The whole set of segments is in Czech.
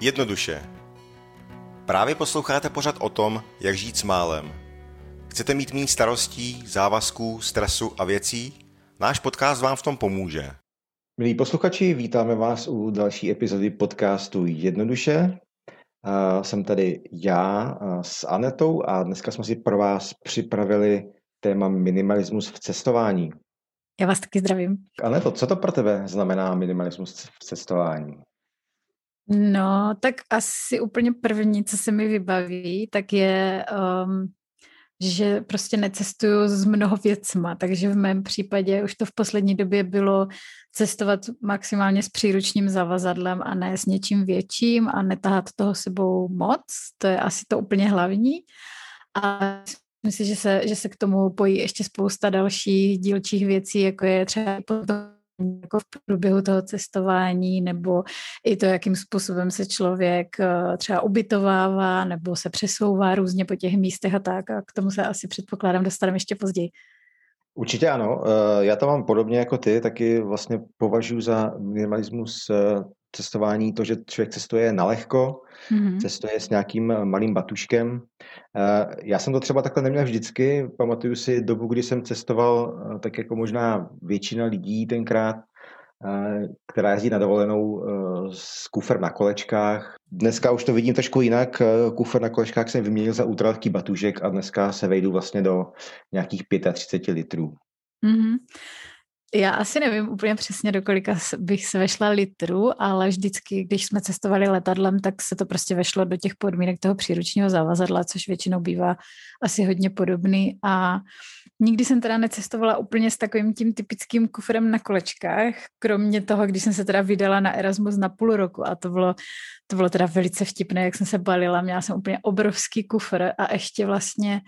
Jednoduše. Právě posloucháte pořad o tom, jak žít s málem. Chcete mít méně starostí, závazků, stresu a věcí? Náš podcast vám v tom pomůže. Milí posluchači, vítáme vás u další epizody podcastu Jednoduše. Jsem tady já s Anetou a dneska jsme si pro vás připravili téma minimalismus v cestování. Já vás taky zdravím. Aneto, co to pro tebe znamená minimalismus v cestování? No, tak asi úplně první, co se mi vybaví, tak je, že prostě necestuju s mnoho věcma, takže v mém případě už to v poslední době bylo cestovat maximálně s příručním zavazadlem a ne s něčím větším a netahat toho sebou moc, to je asi to úplně hlavní. A myslím si, že se k tomu pojí ještě spousta dalších dílčích věcí, jako je třeba jako v průběhu toho cestování, nebo i to, jakým způsobem se člověk třeba ubytovává, nebo se přesouvá různě po těch místech a tak. A k tomu se asi předpokládám dostaneme ještě později. Určitě ano. Já to mám podobně jako ty, taky vlastně považuji za minimalismus cestování to, že člověk cestuje nalehko, cestuje s nějakým malým batuškem. Já jsem to třeba takhle neměl vždycky. Pamatuju si dobu, kdy jsem cestoval tak jako možná většina lidí tenkrát, která jezdí na dovolenou s kufrem na kolečkách. Dneska už to vidím trošku jinak. Kufr na kolečkách jsem vyměnil za ultralehký batužek a dneska se vejdu vlastně do nějakých 35 litrů. Mm-hmm. Já asi nevím úplně přesně, do kolika bych se vešla litrů, ale vždycky, když jsme cestovali letadlem, tak se to prostě vešlo do těch podmínek toho příručního zavazadla, což většinou bývá asi hodně podobný. A nikdy jsem teda necestovala úplně s takovým tím typickým kufrem na kolečkách, kromě toho, když jsem se teda vydala na Erasmus na půl roku a to bylo teda velice vtipné, jak jsem se balila. Měla jsem úplně obrovský kufr a ještě vlastně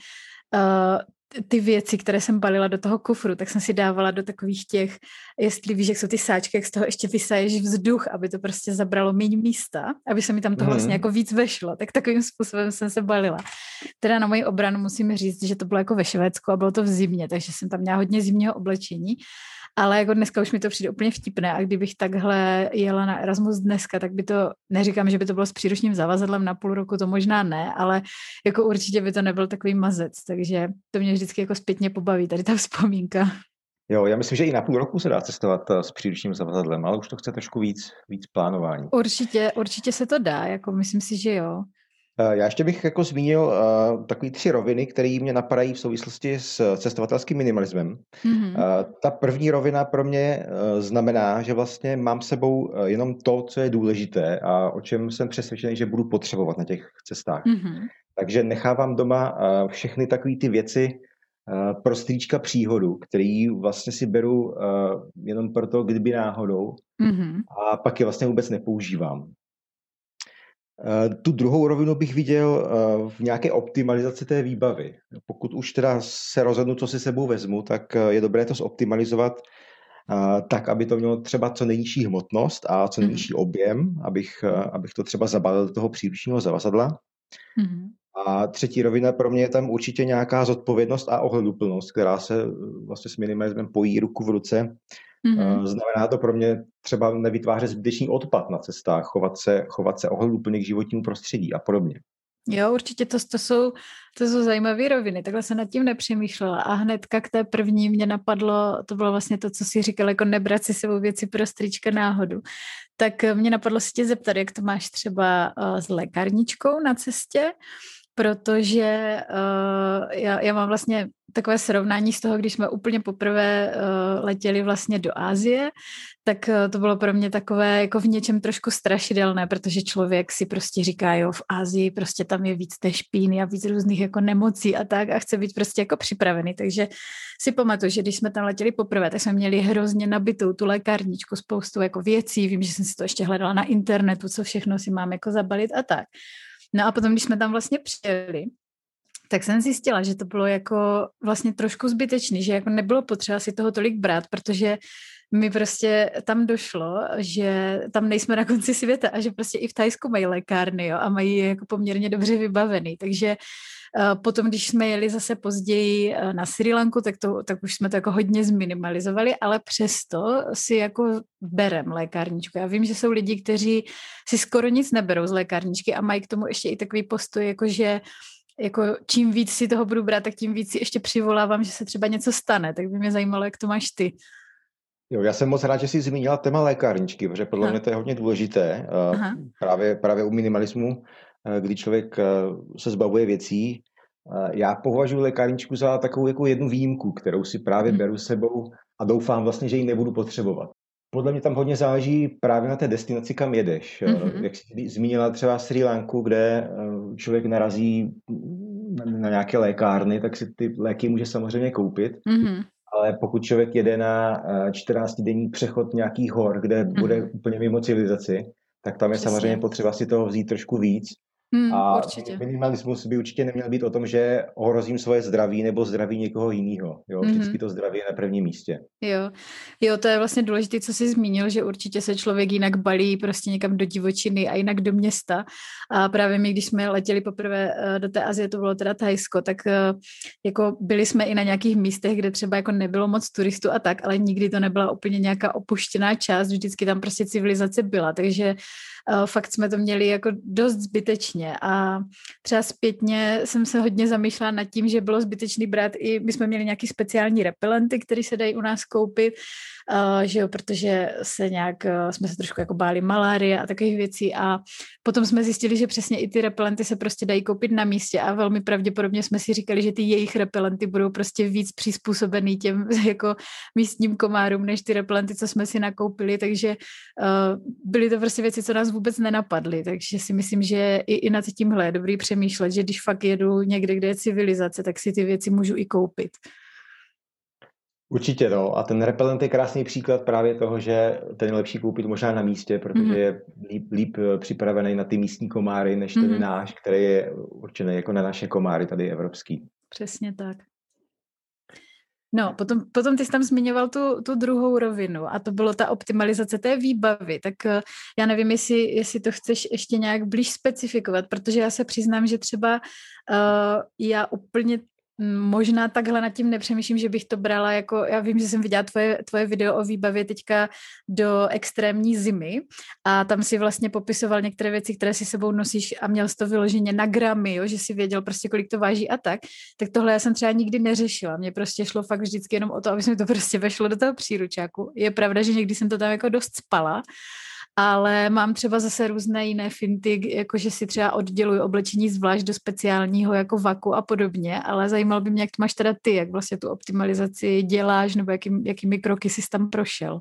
ty věci, které jsem balila do toho kufru, tak jsem si dávala do takových těch, jestli víš, jak jsou ty sáčky, jak z toho ještě vysaješ vzduch, aby to prostě zabralo méně místa, aby se mi tam toho vlastně jako víc vešlo. Tak takovým způsobem jsem se balila. Teda na moji obranu musím říct, že to bylo jako ve Švédsku a bylo to v zimě, takže jsem tam měla hodně zimního oblečení. Ale jako dneska už mi to přijde úplně vtipné a kdybych takhle jela na Erasmus dneska, tak by to, neříkám, že by to bylo s příručním zavazadlem na půl roku, to možná ne, ale jako určitě by to nebyl takový mazec, takže to mě vždycky jako zpětně pobaví, tady ta vzpomínka. Jo, já myslím, že i na půl roku se dá cestovat s příručním zavazadlem, ale už to chce trošku víc plánování. Určitě se to dá, jako myslím si, že jo. Já ještě bych jako zmínil takový 3 roviny, které mě napadají v souvislosti s cestovatelským minimalismem. Ta první rovina pro mě znamená, že vlastně mám s sebou jenom to, co je důležité a o čem jsem přesvědčený, že budu potřebovat na těch cestách. Takže nechávám doma všechny takové ty věci pro strýčka příhodu, který vlastně si beru jenom proto, kdyby náhodou a pak je vlastně vůbec nepoužívám. Tu druhou rovinu bych viděl v nějaké optimalizaci té výbavy. Pokud už teda se rozhodnu, co si sebou vezmu, tak je dobré to zoptimalizovat tak, aby to mělo třeba co nejnižší hmotnost a co nejnižší objem, abych to třeba zabalil do toho příručního zavazadla. A třetí rovina pro mě je tam určitě nějaká zodpovědnost a ohleduplnost, která se vlastně s minimalismem pojí ruku v ruce. Znamená to pro mě třeba nevytvářet zbytečný odpad na cestách, chovat se ohleduplně k životnímu prostředí a podobně. Jo, určitě to jsou zajímavé roviny, takhle jsem nad tím nepřemýšlela a hnedka k té první mě napadlo, to bylo vlastně to, co jsi říkal, jako nebrat si sebou věci pro strýčka náhodu, tak mě napadlo si tě zeptat, jak to máš třeba s lékárničkou na cestě, protože já mám vlastně takové srovnání z toho, když jsme úplně poprvé letěli vlastně do Asie, tak to bylo pro mě takové jako v něčem trošku strašidelné, protože člověk si prostě říká, jo, v Asii prostě tam je víc té špíny a víc různých jako nemocí a tak a chce být prostě jako připravený, takže si pamatuju, že když jsme tam letěli poprvé, tak jsme měli hrozně nabitou tu lékárničku, spoustu jako věcí, vím, že jsem si to ještě hledala na internetu, co všechno si mám jako zabalit a tak. No a potom, když jsme tam vlastně přijeli, tak jsem zjistila, že to bylo jako vlastně trošku zbytečný, že jako nebylo potřeba si toho tolik brát, protože mi prostě tam došlo, že tam nejsme na konci světa a že prostě i v Thajsku mají lékárny, jo, a mají je jako poměrně dobře vybavený, takže Potom, když jsme jeli zase později na Srí Lanku, tak už jsme to jako hodně zminimalizovali, ale přesto si jako berem lékárničku. Já vím, že jsou lidi, kteří si skoro nic neberou z lékárničky a mají k tomu ještě i takový postoj, jakože jako čím víc si toho budu brát, tak tím víc si ještě přivolávám, že se třeba něco stane. Tak by mě zajímalo, jak to máš ty. Jo, já jsem moc rád, že jsi zmínila téma lékárničky, protože podle mě to je hodně důležité. Právě u minimalismu, kdy člověk se zbavuje věcí. Já považuji lékárničku za takovou jako jednu výjimku, kterou si právě beru sebou a doufám vlastně, že ji nebudu potřebovat. Podle mě tam hodně záleží právě na té destinaci, kam jedeš. Jak jsi zmínila třeba Srí Lanku, kde člověk narazí na nějaké lékárny, tak si ty léky může samozřejmě koupit. Ale pokud člověk jede na 14denní přechod nějakých hor, kde bude úplně mimo civilizaci, tak tam je samozřejmě potřeba si toho vzít trošku víc. A určitě. Minimalismus by určitě neměl být o tom, že ohrozím svoje zdraví nebo zdraví někoho jiného. Vždycky to zdraví je na prvním místě. Jo, to je vlastně důležité, co jsi zmínil, že určitě se člověk jinak balí prostě někam do divočiny a jinak do města. A právě my, když jsme letěli poprvé do té Asie, to bylo teda Thajsko, tak jako byli jsme i na nějakých místech, kde třeba jako nebylo moc turistů a tak, ale nikdy to nebyla úplně nějaká opuštěná část, vždycky tam prostě civilizace byla, takže fakt jsme to měli jako dost zbytečně a třeba zpětně jsem se hodně zamýšlela nad tím, že bylo zbytečný brát i, my jsme měli nějaký speciální repelenty, které se dají u nás koupit, že jo, protože jsme se trošku jako báli malárie a takových věcí a potom jsme zjistili, že přesně i ty repelenty se prostě dají koupit na místě a velmi pravděpodobně jsme si říkali, že ty jejich repelenty budou prostě víc přizpůsobený těm jako místním komárům, než ty repelenty, co jsme si nakoupili, takže byly to prostě věci, co nás vůbec nenapadly, takže si myslím, že i nad tímhle je dobrý přemýšlet, že když fakt jedu někde, kde je civilizace, tak si ty věci můžu i koupit. Určitě no. A ten repelent je krásný příklad právě toho, že ten je lepší koupit možná na místě, protože je líp připravený na ty místní komáry, než ten náš, který je určený jako na naše komáry tady evropský. Přesně tak. No, potom ty jsi tam zmiňoval tu druhou rovinu a to bylo ta optimalizace té výbavy, tak já nevím, jestli to chceš ještě nějak blíž specifikovat, protože já se přiznám, že třeba já úplně možná takhle nad tím nepřemýšlím, že bych to brala jako, já vím, že jsem viděla tvoje video o výbavě teďka do extrémní zimy a tam si vlastně popisoval některé věci, které si sebou nosíš a měl jsi to vyloženě na gramy, jo, že si věděl prostě, kolik to váží a tak tohle já jsem třeba nikdy neřešila. Mně prostě šlo fakt vždycky jenom o to, aby mi to prostě vešlo do toho příručáku. Je pravda, že někdy jsem to tam jako dost spala, ale mám třeba zase různé jiné finty, jakože si třeba odděluji oblečení zvlášť do speciálního jako vaku a podobně, ale zajímalo by mě, jak to máš teda ty, jak vlastně tu optimalizaci děláš, nebo jakými kroky jsi tam prošel.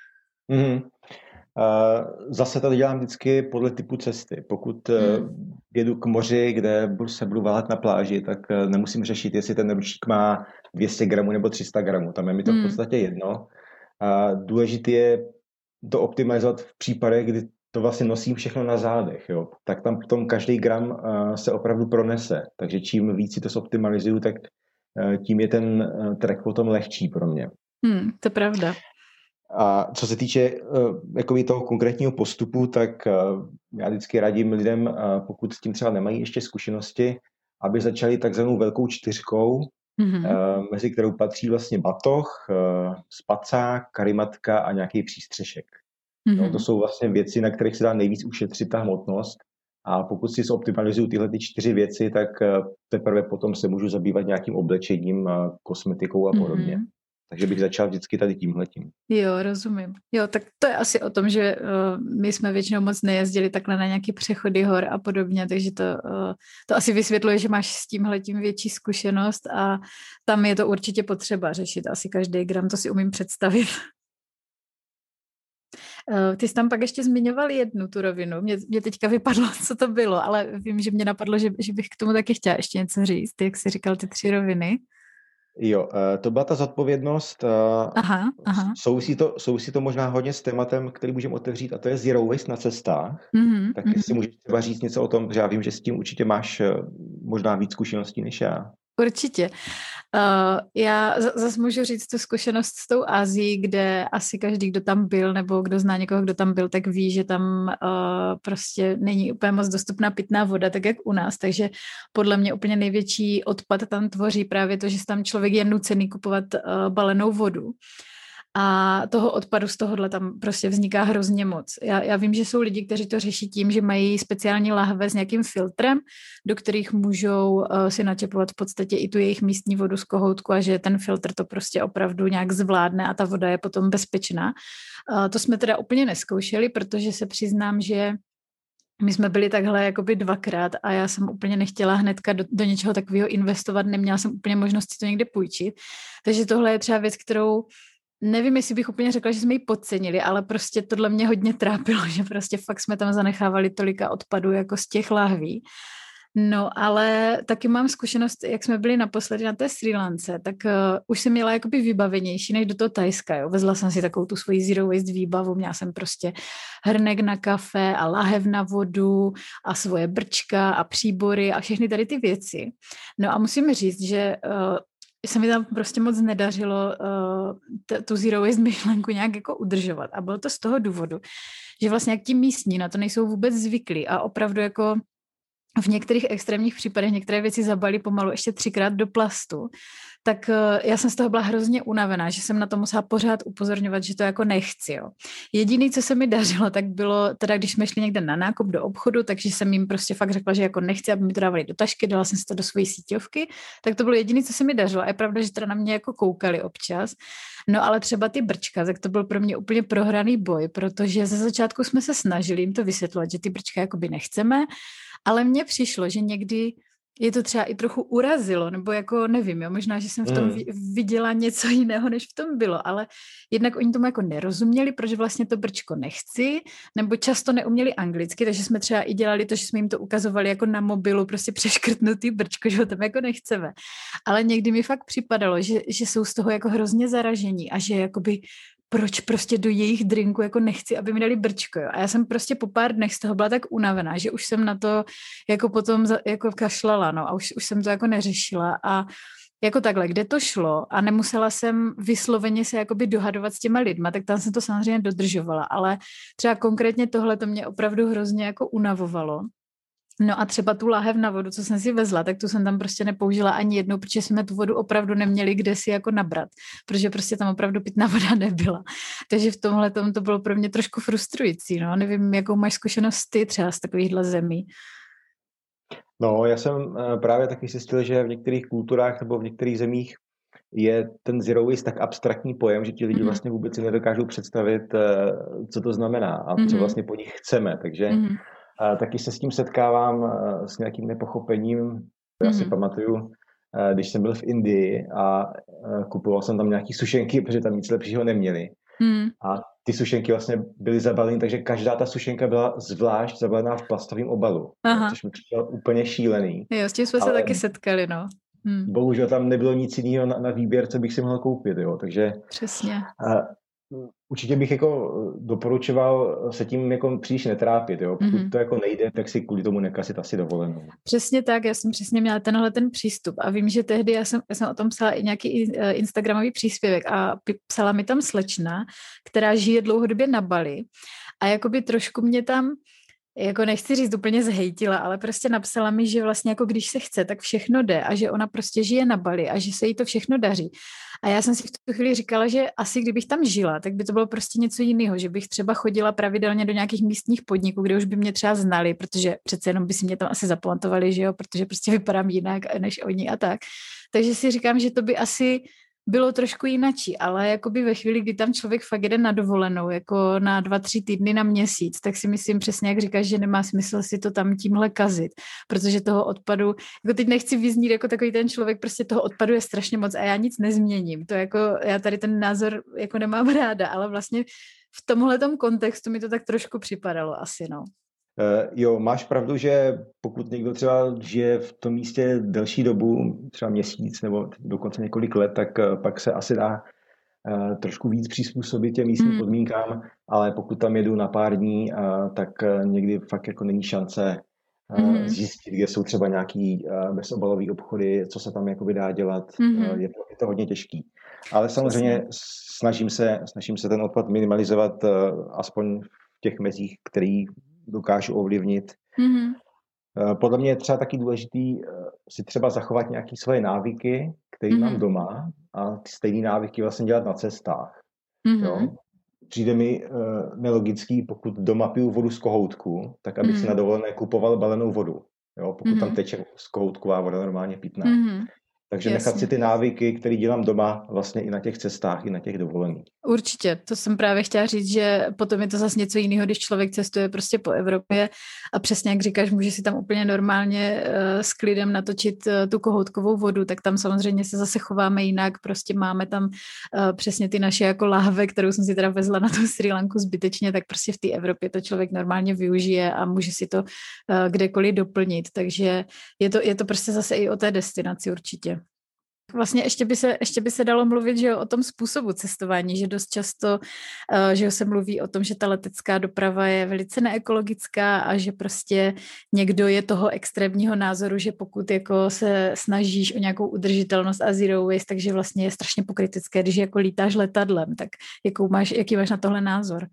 Zase to dělám vždycky podle typu cesty. Pokud jedu k moři, kde se budu válet na pláži, tak nemusím řešit, jestli ten ručník má 200 gramů nebo 300 gramů. Tam je mi to v podstatě jedno. Důležité je to optimalizovat v případech, kdy to vlastně nosím všechno na zádech, jo. Tak tam v tom každý gram se opravdu pronese. Takže čím víc si to zoptimalizuju, tak tím je ten track potom lehčí pro mě. To je pravda. A co se týče toho konkrétního postupu, tak já vždycky radím lidem, pokud s tím třeba nemají ještě zkušenosti, aby začali takzvanou velkou 4, mezi kterou patří vlastně batoh, spacák, karimatka a nějaký přístřešek. No, to jsou vlastně věci, na kterých se dá nejvíc ušetřit ta hmotnost. A pokud si zoptimalizuju tyhle 4 věci, tak teprve potom se můžu zabývat nějakým oblečením, kosmetikou a podobně. Takže bych začal vždycky tady tímhletím. Jo, rozumím. Jo, tak to je asi o tom, že my jsme většinou moc nejezdili takhle na nějaké přechody hor a podobně, takže to asi vysvětluje, že máš s tímhletím větší zkušenost a tam je to určitě potřeba řešit asi každý gram, to si umím představit. Ty jsi tam pak ještě zmiňoval jednu tu rovinu. Mě teďka vypadlo, co to bylo, ale vím, že mě napadlo, že bych k tomu taky chtěla ještě něco říct, jak jsi říkal ty 3 roviny. Jo, to byla ta zodpovědnost. Aha. Souvisí to možná hodně s tématem, který můžeme otevřít, a to je zero waste na cestách. Tak jestli můžeš třeba říct něco o tom, protože já vím, že s tím určitě máš možná víc zkušeností než já. Určitě. Já zase můžu říct tu zkušenost s tou Asií, kde asi každý, kdo tam byl, nebo kdo zná někoho, kdo tam byl, tak ví, že tam prostě není úplně moc dostupná pitná voda, tak jak u nás, takže podle mě úplně největší odpad tam tvoří právě to, že tam člověk je nucený kupovat balenou vodu. A toho odpadu z tohohle tam prostě vzniká hrozně moc. Já vím, že jsou lidi, kteří to řeší tím, že mají speciální lahve s nějakým filtrem, do kterých můžou si načepovat v podstatě i tu jejich místní vodu z kohoutku a že ten filtr to prostě opravdu nějak zvládne a ta voda je potom bezpečná. To jsme teda úplně neskoušeli, protože se přiznám, že my jsme byli takhle jakoby 2krát a já jsem úplně nechtěla hnedka do něčeho takového investovat, neměla jsem úplně možnost si to někde půjčit. Takže tohle je třeba věc, kterou nevím, jestli bych úplně řekla, že jsme ji podcenili, ale prostě tohle mě hodně trápilo, že prostě fakt jsme tam zanechávali tolika odpadů jako z těch lahví. No, ale taky mám zkušenost, jak jsme byli naposledy na té Srí Lance, tak už jsem měla jakoby vybavenější než do toho Thajska, jo. Vezla jsem si takovou tu svoji zero waste výbavu, měla jsem prostě hrnek na kafe a lahev na vodu a svoje brčka a příbory a všechny tady ty věci. No a musím říct, že se mi tam prostě moc nedařilo tu zero waste myšlenku nějak jako udržovat. A bylo to z toho důvodu, že vlastně jak ti místní na to nejsou vůbec zvyklí a opravdu jako v některých extrémních případech některé věci zabalí pomalu ještě 3krát do plastu, tak já jsem z toho byla hrozně unavená, že jsem na to musela pořád upozorňovat, že to jako nechci. Jo. Jediné, co se mi dařilo, tak bylo teda, když jsme šli někde na nákup do obchodu, takže jsem jim prostě fakt řekla, že jako nechci, aby mi to dávali do tašky, dala jsem si to do své síťovky, tak to bylo jediné, co se mi dařilo. A je pravda, že teda na mě jako koukali občas. No ale třeba ty brčka, tak to byl pro mě úplně prohraný boj, protože ze začátku jsme se snažili jim to vysvětlovat, že ty brčka jakoby nechceme, ale mně přišlo, že někdy je to třeba i trochu urazilo, nebo jako nevím, jo, možná, že jsem v tom viděla něco jiného, než v tom bylo, ale jednak oni tomu jako nerozuměli, proč vlastně to brčko nechci, nebo často neuměli anglicky, takže jsme třeba i dělali to, že jsme jim to ukazovali jako na mobilu, prostě přeškrtnutý brčko, že ho tam jako nechceme. Ale někdy mi fakt připadalo, že jsou z toho jako hrozně zaražení a že jakoby proč prostě do jejich drinku jako nechci, aby mi dali brčko, jo. A já jsem prostě po pár dnech z toho byla tak unavená, že už jsem na to jako potom jako kašlala, no, a už jsem to jako neřešila a jako takhle, kde to šlo a nemusela jsem vysloveně se jakoby dohadovat s těma lidma, tak tam jsem to samozřejmě dodržovala, ale třeba konkrétně tohle to mě opravdu hrozně jako unavovalo. No a třeba tu láhev na vodu, co jsem si vezla, tak tu jsem tam prostě nepoužila ani jednou, protože jsme tu vodu opravdu neměli kde si jako nabrat, protože prostě tam opravdu pitná voda nebyla. Takže v tomhle to bylo pro mě trošku frustrující, no. Nevím, jakou máš zkušenost ty třeba z takovýchhle zemí. No, já jsem právě taky zjistil, že v některých kulturách nebo v některých zemích je ten zero waste tak abstraktní pojem, že ti lidi vlastně vůbec si nedokážou představit, co to znamená a co vlastně po nich chceme, takže taky se s tím setkávám s nějakým nepochopením. Já si pamatuju, když jsem byl v Indii a kupoval jsem tam nějaký sušenky, protože tam nic lepšího neměli. A ty sušenky vlastně byly zabaleny, takže každá ta sušenka byla zvlášť zabalená v plastovém obalu, což mi přišlo úplně šílený. Jo, s tím jsme se taky setkali, no. Bohužel tam nebylo nic jiného na výběr, co bych si mohl koupit, jo, takže přesně. Určitě bych jako doporučoval se tím jako příliš netrápit, jo. Pokud to jako nejde, tak si kvůli tomu nekazit asi dovolenou. Přesně tak, já jsem přesně měla ten přístup a vím, že tehdy já jsem o tom psala i nějaký instagramový příspěvek a psala mi tam slečna, která žije dlouhodobě na Bali a jakoby trošku mě tam jako nechci říct úplně zhejtila, ale prostě napsala mi, že vlastně jako když se chce, tak všechno jde a že ona prostě žije na Bali a že se jí to všechno daří. A já jsem si v tu chvíli říkala, že asi kdybych tam žila, tak by to bylo prostě něco jiného, že bych třeba chodila pravidelně do nějakých místních podniků, kde už by mě třeba znali, protože přece jenom by si mě tam asi zapamatovali, že jo, protože prostě vypadám jinak než oni a tak. Takže si říkám, že to by asi bylo trošku jinačí, ale jakoby ve chvíli, kdy tam člověk fakt jede na dovolenou, jako na 2-3 týdny na měsíc, tak si myslím přesně, jak říkáš, že nemá smysl si to tam tímhle kazit, protože toho odpadu, jako teď nechci vyznít jako takový ten člověk, prostě toho odpadu je strašně moc a já nic nezměním, to jako, já tady ten názor jako nemám ráda, ale vlastně v tomhletom kontextu mi to tak trošku připadalo asi, no. Jo, máš pravdu, že pokud někdo třeba žije v tom místě delší dobu, třeba měsíc nebo dokonce několik let, tak pak se asi dá trošku víc přizpůsobit těm místním podmínkám, ale pokud tam jedu na pár dní, tak někdy fakt jako není šance zjistit, kde jsou třeba nějaký bezobalové obchody, co se tam jakoby dá dělat. Je to hodně těžký. Ale samozřejmě snažím se ten odpad minimalizovat aspoň v těch mezích, který dokážu ovlivnit. Podle mě je třeba taky důležitý si třeba zachovat nějaké svoje návyky, které mám doma, a ty stejné návyky vlastně dělat na cestách. Jo? Přijde mi nelogický, pokud doma piju vodu z kohoutku, tak abych si na dovolené kupoval balenou vodu. Jo? Pokud tam teče z kohoutková voda normálně pitná. Takže nechat si ty návyky, které dělám doma, vlastně i na těch cestách, i na těch dovolených. Určitě, to jsem právě chtěla říct, že potom je to zase něco jiného, když člověk cestuje prostě po Evropě a přesně jak říkáš, může si tam úplně normálně s klidem natočit tu kohoutkovou vodu, tak tam samozřejmě se zase chováme jinak, prostě máme tam přesně ty naše jako lahve, kterou jsem si teda vezla na tu Srí Lanku zbytečně, tak prostě v té Evropě to člověk normálně využije a může si to kdekoliv doplnit, takže je to prostě zase i o té destinaci určitě. Vlastně ještě by se dalo mluvit, že o tom způsobu cestování, že dost často že se mluví o tom, že ta letecká doprava je velice neekologická a že prostě někdo je toho extrémního názoru, že pokud jako se snažíš o nějakou udržitelnost a zero waste, takže vlastně je strašně pokrytecké, když jako lítáš letadlem, tak jaký máš na tohle názor?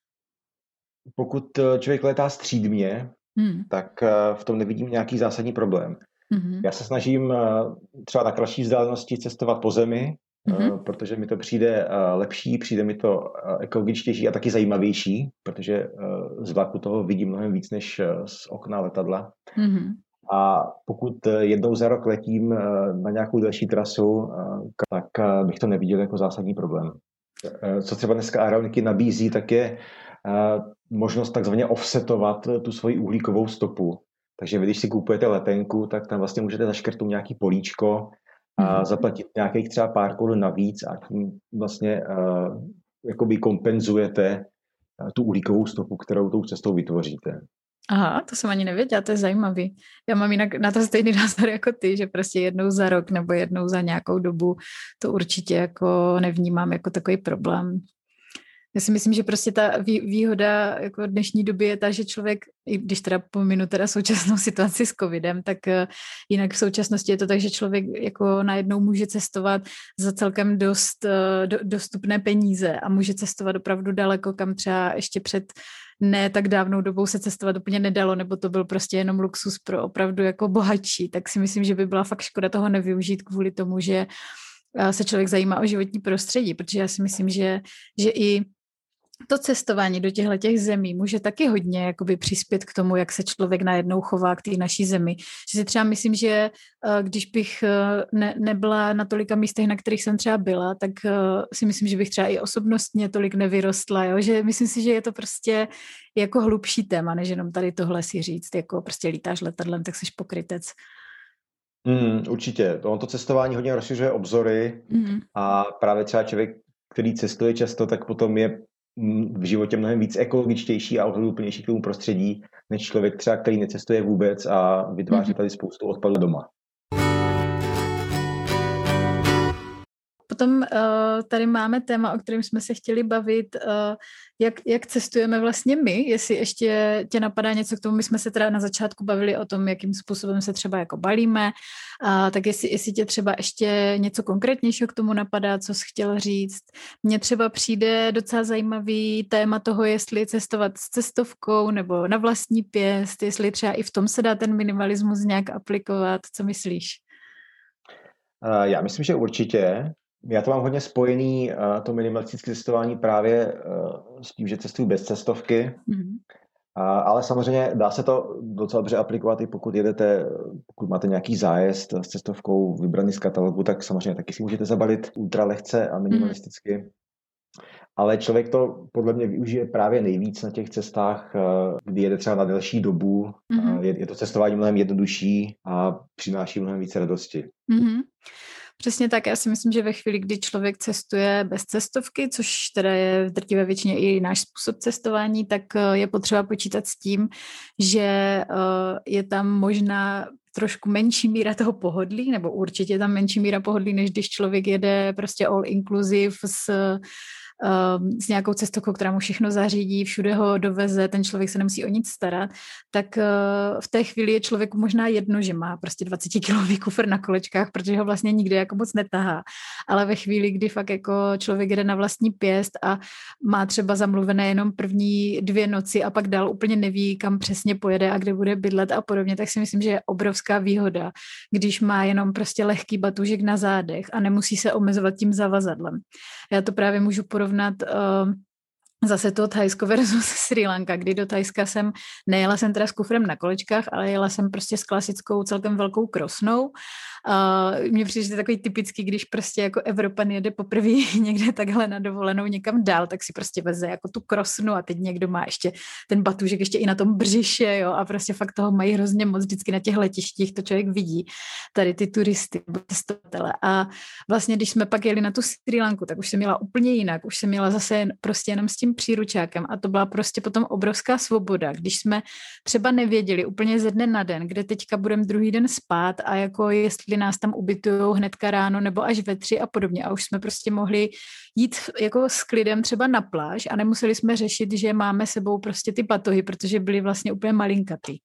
Pokud člověk letá střídmě, tak v tom nevidím nějaký zásadní problém. Já se snažím třeba na kratší vzdálenosti cestovat po zemi, protože mi to přijde lepší, přijde mi to ekologičtější a taky zajímavější, protože z vlaku toho vidím mnohem víc než z okna letadla. A pokud jednou za rok letím na nějakou další trasu, tak bych to neviděl jako zásadní problém. Co třeba dneska aeroliniky nabízí, tak je možnost takzvaně offsetovat tu svoji uhlíkovou stopu. Takže vy, když si kupujete letenku, tak tam vlastně můžete zaškrtnout nějaký políčko a zaplatit nějakých třeba pár korun navíc a tím vlastně jakoby kompenzujete tu uhlíkovou stopu, kterou tou cestou vytvoříte. Aha, to jsem ani nevěděla, to je zajímavý. Já mám jinak na to stejný názor jako ty, že prostě jednou za rok nebo jednou za nějakou dobu to určitě jako nevnímám jako takový problém. Já si myslím, že prostě ta výhoda jako dnešní doby je ta, že člověk, i když teda pominu teda současnou situaci s covidem, tak jinak v současnosti je to tak, že člověk jako najednou může cestovat za celkem dost dostupné peníze a může cestovat opravdu daleko, kam třeba ještě před ne tak dávnou dobou se cestovat úplně nedalo, nebo to byl prostě jenom luxus pro opravdu jako bohatší, tak si myslím, že by byla fakt škoda toho nevyužít kvůli tomu, že se člověk zajímá o životní prostředí, protože já si myslím, že i to cestování do těchto zemí může taky hodně jakoby přispět k tomu, jak se člověk najednou chová k té naší zemi. Že si třeba myslím, že když bych nebyla na tolika místech, na kterých jsem třeba byla, tak si myslím, že bych třeba i osobnostně tolik nevyrostla. Jo? Že myslím si, že je to prostě jako hlubší téma, než jenom tady tohle si říct, jako prostě lítáš letadlem, tak jsi pokrytec. Určitě. To cestování hodně rozšiřuje obzory a právě třeba člověk, který cestuje často, tak potom je v životě mnohem víc ekologičtější a ohleduplnější k tomu prostředí, než člověk třeba, který necestuje vůbec a vytváří tady spoustu odpadů doma. Potom tady máme téma, o kterém jsme se chtěli bavit, jak cestujeme vlastně my, jestli ještě tě napadá něco k tomu, my jsme se teda na začátku bavili o tom, jakým způsobem se třeba jako balíme, tak jestli tě třeba ještě něco konkrétnějšího k tomu napadá, co jsi chtěl říct. Mně třeba přijde docela zajímavý téma toho, jestli cestovat s cestovkou nebo na vlastní pěst, jestli třeba i v tom se dá ten minimalismus nějak aplikovat, co myslíš? Já myslím, že určitě. Já to mám hodně spojený, to minimalistické cestování právě s tím, že cestuju bez cestovky, ale samozřejmě dá se to docela dobře aplikovat i pokud máte nějaký zájezd s cestovkou vybraný z katalogu, tak samozřejmě taky si můžete zabalit ultralehce a minimalisticky. Ale člověk to podle mě využije právě nejvíc na těch cestách, kdy jede třeba na delší dobu. Je to cestování mnohem jednodušší a přináší mnohem více radosti. Přesně tak, já si myslím, že ve chvíli, kdy člověk cestuje bez cestovky, což teda je v drtivé většině i náš způsob cestování, tak je potřeba počítat s tím, že je tam možná trošku menší míra toho pohodlí, nebo určitě tam menší míra pohodlí, než když člověk jede prostě all inclusive s nějakou cestovkou, která mu všechno zařídí, všude ho doveze, ten člověk se nemusí o nic starat, tak v té chvíli je člověku možná jedno, že má prostě 20-kilový kufr na kolečkách, protože ho vlastně nikdy jako moc netahá. Ale ve chvíli, kdy fakt jako člověk jde na vlastní pěst a má třeba zamluvené jenom první 2 noci a pak dál úplně neví, kam přesně pojede a kde bude bydlet a podobně, tak si myslím, že je obrovská výhoda, když má jenom prostě lehký batůžek na zádech a nemusí se omezovat tím zavazadlem. Já to právě můžu porovnat zase to Thajsko versus Srí Lanka, kdy do Thajska nejela jsem teda s kufrem na kolečkách, ale jela jsem prostě s klasickou celkem velkou krosnou. Mně přijde, že to je takový typický, když prostě jako Evropan jede poprvé někde takhle na dovolenou někam dál, tak si prostě veze jako tu krosnu a teď někdo má ještě ten batůžek ještě i na tom břiše, jo, a prostě fakt toho mají hrozně moc vždycky na těch letištích, to člověk vidí, tady ty turisty, cestovatele. A vlastně, když jsme pak jeli na tu Srí Lanku, tak už jsem jela úplně jinak, už jsem jela zase prostě jenom s tím příručákem a to byla prostě potom obrovská svoboda, když jsme třeba nevěděli úplně ze dne na den, kde teďka budeme druhý den spát a jako jestli nás tam ubytujou hnedka ráno nebo až ve 3 a podobně a už jsme prostě mohli jít jako s klidem třeba na pláž a nemuseli jsme řešit, že máme sebou prostě ty batohy, protože byly vlastně úplně malinkatý.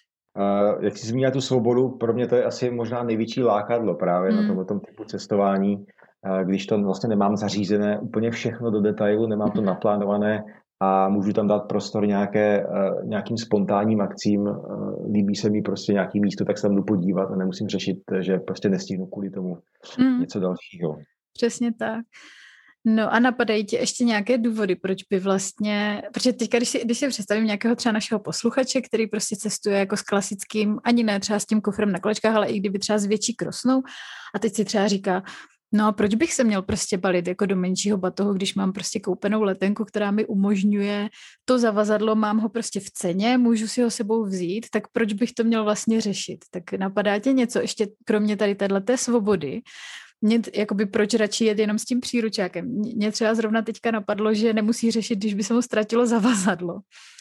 Jak jsi zmínila tu svobodu, pro mě to je asi možná největší lákadlo právě na tom typu cestování, když to vlastně nemám zařízené úplně všechno do detailu, nemám to naplánované a můžu tam dát prostor nějakým spontánním akcím, líbí se mi prostě nějaký místo, tak se tam jdu podívat a nemusím řešit, že prostě nestihnu kvůli tomu něco dalšího. Přesně tak. No a napadají ti ještě nějaké důvody, proč by vlastně, protože teďka, když si představím nějakého třeba našeho posluchače, který prostě cestuje jako s klasickým, ani ne třeba s tím kufrem na kolečkách, ale i kdyby třeba s větší krosnou a teď si třeba říká, no a proč bych se měl prostě balit jako do menšího batohu, když mám prostě koupenou letenku, která mi umožňuje to zavazadlo, mám ho prostě v ceně, můžu si ho sebou vzít, tak proč bych to měl vlastně řešit? Tak napadá tě něco ještě kromě tady téhleté svobody, jakoby proč radši jet jenom s tím příručákem? Mě třeba zrovna teďka napadlo, že nemusí řešit, když by se mu ztratilo zavazadlo.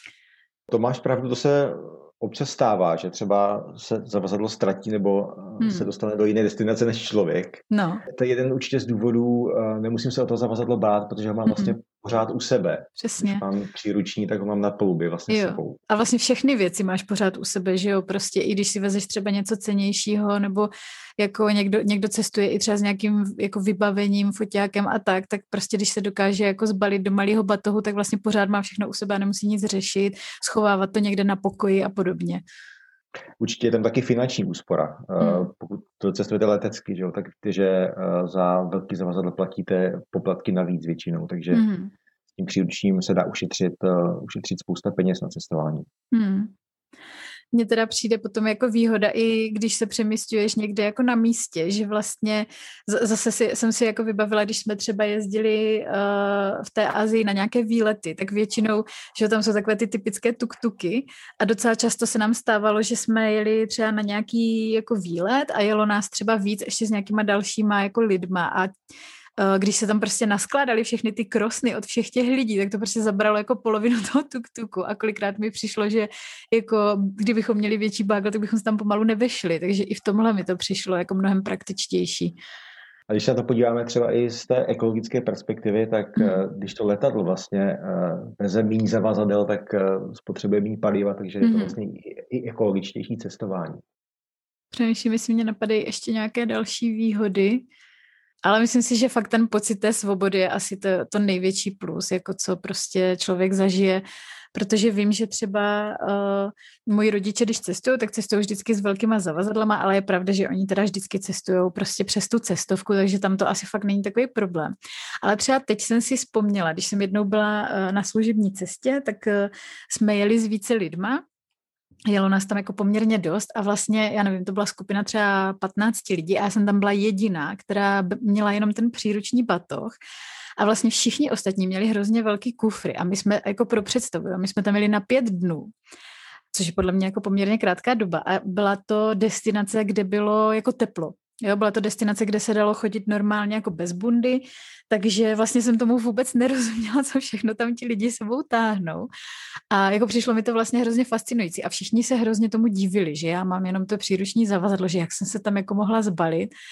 To máš pravdu, to se občas stává, že třeba se zavazadlo ztratí nebo se dostane do jiné destinace než člověk. No. To je jeden určitě z důvodů, nemusím se o to zavazadlo bát, protože ho mám vlastně pořád u sebe. Přesně. Když mám příruční, tak ho mám na palubě vlastně s sebou. A vlastně všechny věci máš pořád u sebe, že jo, prostě i když si vezeš třeba něco cennějšího, nebo jako někdo cestuje i třeba s nějakým jako vybavením, foťákem a tak prostě když se dokáže jako zbalit do malého batohu, tak vlastně pořád má všechno u sebe a nemusí nic řešit, schovávat to někde na pokoji a podobně. Určitě je tam taky finanční úspora. Pokud to cestujete letecky, že jo, tak že za velký zavazadlo platíte poplatky navíc většinou, takže s tím příručním se dá ušetřit spousta peněz na cestování. Mně teda přijde potom jako výhoda, i když se přemísťuješ někde jako na místě, že vlastně zase jsem si jako vybavila, když jsme třeba jezdili v té Asii na nějaké výlety, tak většinou, že tam jsou takové ty typické tuk-tuky a docela často se nám stávalo, že jsme jeli třeba na nějaký jako výlet a jelo nás třeba víc ještě s nějakýma dalšíma jako lidma a když se tam prostě naskládali všechny ty krosny od všech těch lidí, tak to prostě zabralo jako polovinu toho tuk-tuku a kolikrát mi přišlo, že jako kdybychom měli větší bagel, tak bychom se tam pomalu nevešli, takže i v tomhle mi to přišlo jako mnohem praktičtější. A když se na to podíváme třeba i z té ekologické perspektivy, tak když to letadlo vlastně veze méně zavazadel, tak spotřebuje méně paliva, takže je to vlastně i ekologičtější cestování. Přemýšlím, jestli mě napadají ještě nějaké další výhody, ale myslím si, že fakt ten pocit té svobody je asi to největší plus, jako co prostě člověk zažije, protože vím, že třeba moji rodiče, když cestují, tak cestují vždycky s velkýma zavazadlama, ale je pravda, že oni teda vždycky cestují prostě přes tu cestovku, takže tam to asi fakt není takový problém. Ale třeba teď jsem si vzpomněla, když jsem jednou byla na služební cestě, tak jsme jeli s více lidma, jelo nás tam jako poměrně dost a vlastně, já nevím, to byla skupina třeba 15 lidí a já jsem tam byla jediná, která měla jenom ten příruční batoh a vlastně všichni ostatní měli hrozně velký kufry a my jsme jako pro představu, my jsme tam jeli na 5 dnů, což je podle mě jako poměrně krátká doba a byla to destinace, kde bylo jako teplo. Jo, byla to destinace, kde se dalo chodit normálně jako bez bundy, takže vlastně jsem tomu vůbec nerozuměla, co všechno tam ti lidi sebou táhnou. A jako přišlo mi to vlastně hrozně fascinující a všichni se hrozně tomu divili, že já mám jenom to příruční zavazadlo, že jak jsem se tam jako mohla zbalit.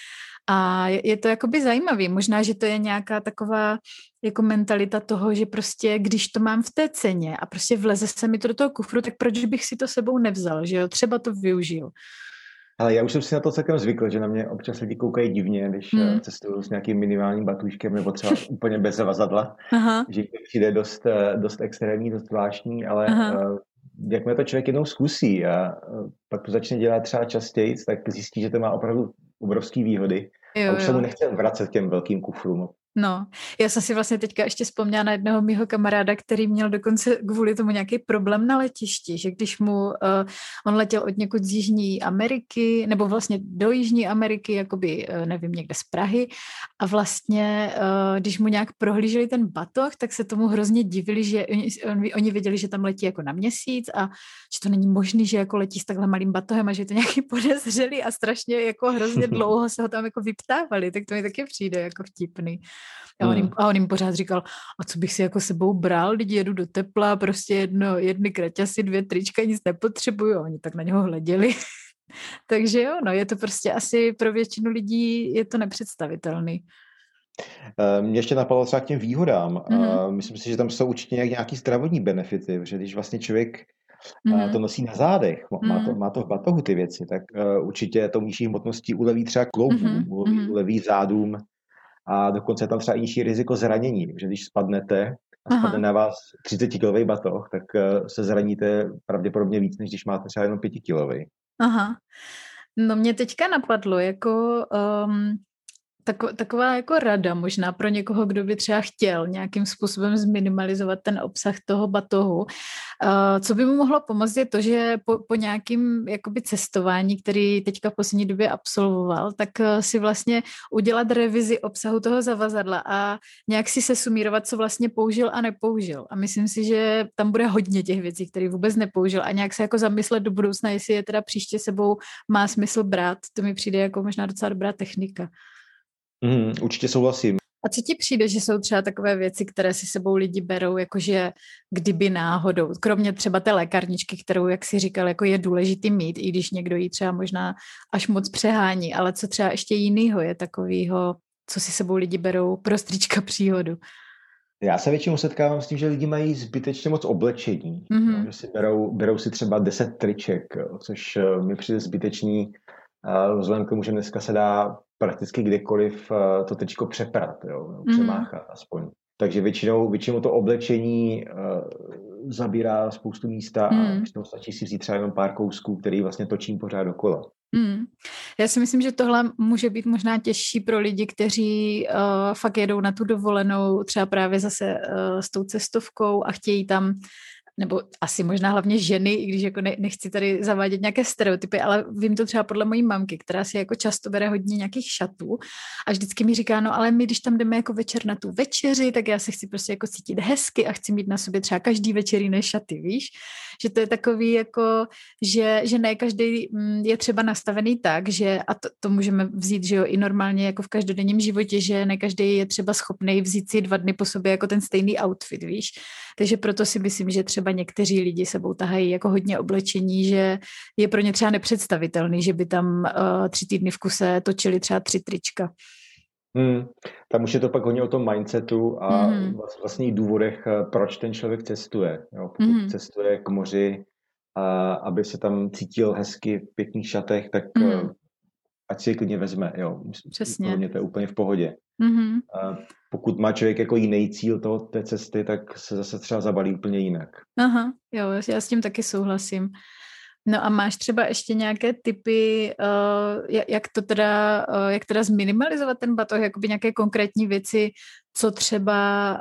A je to jakoby zajímavý. Možná, že to je nějaká taková jako mentalita toho, že prostě když to mám v té ceně a prostě vleze se mi to do toho kufru, tak proč bych si to sebou nevzal, že jo? Třeba to využiju. Ale já už jsem si na to celkem zvykl, že na mě občas lidi koukají divně, když cestuju s nějakým minimálním batůžkem nebo třeba úplně bez zavazadla, že to přijde dost extrémní, dost zvláštní, ale jakmile to člověk jednou zkusí a pak to začne dělat třeba častěji, tak zjistí, že to má opravdu obrovský výhody. A už se mu nechce vracet k těm velkým kufrům. No, já jsem si vlastně teďka ještě vzpomněla na jednoho mýho kamaráda, který měl dokonce kvůli tomu nějaký problém na letišti, že když mu, on letěl od někud z Jižní Ameriky, nebo vlastně do Jižní Ameriky, jakoby, nevím, někde z Prahy a vlastně, když mu nějak prohlíželi ten batoh, tak se tomu hrozně divili, že oni věděli, že tam letí jako na měsíc a že to není možný, že jako letí s takhle malým batohem a že je to nějaký podezřelý a strašně jako hrozně dlouho se ho tam jako vyptávali, tak to mi taky přijde jako vtipný. A on jim pořád říkal, a co bych si jako sebou bral, když jedu do tepla, prostě jedny kraťasy, 2 trička, nic nepotřebuju. A oni tak na něho hleděli. Takže jo, no, je to prostě asi pro většinu lidí je to nepředstavitelný. Mě ještě napadlo třeba k těm výhodám. Myslím si, že tam jsou určitě nějaký zdravotní benefity, že když vlastně člověk to nosí na zádech, má to v batohu ty věci, tak určitě to nižší hmotností uleví třeba kloubům, uleví zádům a dokonce je tam třeba i nižší riziko zranění, že když spadnete a spadne na vás 30-kilový batoh, tak se zraníte pravděpodobně víc, než když máte třeba jenom 5-kilový. Aha. No mě teďka napadlo jako taková jako rada možná pro někoho, kdo by třeba chtěl nějakým způsobem zminimalizovat ten obsah toho batohu. Co by mu mohlo pomoct je to, že po nějakým jakoby cestování, který teďka v poslední době absolvoval, tak si vlastně udělat revizi obsahu toho zavazadla a nějak si se sumírovat, co vlastně použil a nepoužil. A myslím si, že tam bude hodně těch věcí, které vůbec nepoužil a nějak se jako zamyslet do budoucna, jestli je teda příště sebou má smysl brát. To mi přijde jako možná docela dobrá technika. Určitě souhlasím. A co ti přijde, že jsou třeba takové věci, které si sebou lidi berou, jakože kdyby náhodou, kromě třeba té lékárničky, kterou, jak jsi říkal, jako je důležitý mít, i když někdo ji třeba možná až moc přehání, ale co třeba ještě jinýho je takovýho, co si sebou lidi berou pro strýčka příhodu? Já se většinou setkávám s tím, že lidi mají zbytečně moc oblečení, že si berou si třeba 10 triček, což mi přijde zbytečný, vzhledem k tomu, že dneska se dá prakticky kdekoliv to tričko přeprat, přemáchat aspoň. Takže většinou to oblečení zabírá spoustu místa a většinou stačí si vzít třeba jenom pár kousků, který vlastně točím pořád dokola. Já si myslím, že tohle může být možná těžší pro lidi, kteří fakt jedou na tu dovolenou, třeba právě zase s tou cestovkou a chtějí tam, nebo asi možná hlavně ženy, i když jako nechci tady zavádět nějaké stereotypy, ale vím to třeba podle mojí mamky, která si jako často bere hodně nějakých šatů a vždycky mi říká, no ale my, když tam jdeme jako večer na tu večeři, tak já se chci prostě jako cítit hezky a chci mít na sobě třeba každý večer jiné šaty, víš? Že to je takový jako, že ne každý je třeba nastavený tak, že a to můžeme vzít, že jo, i normálně jako v každodenním životě, že ne každý je třeba schopný vzít si 2 dny po sobě jako ten stejný outfit, víš? Takže proto si myslím, že třeba někteří lidi sebou tahají jako hodně oblečení, že je pro ně třeba nepředstavitelný, že by tam 3 týdny v kuse točili třeba 3 trička. Tam už je to pak hodně o tom mindsetu a vlastních důvodech, proč ten člověk cestuje. Jo? Pokud cestuje k moři, aby se tam cítil hezky v pěkných šatech, tak ať si je klidně vezme. Jo? Přesně. Pro mě to je úplně v pohodě. Pokud má člověk jako jiný cíl té cesty, tak se zase třeba zabalí úplně jinak. Aha, jo, já s tím taky souhlasím. No a máš třeba ještě nějaké tipy, jak teda zminimalizovat ten batoh, jakoby nějaké konkrétní věci, co třeba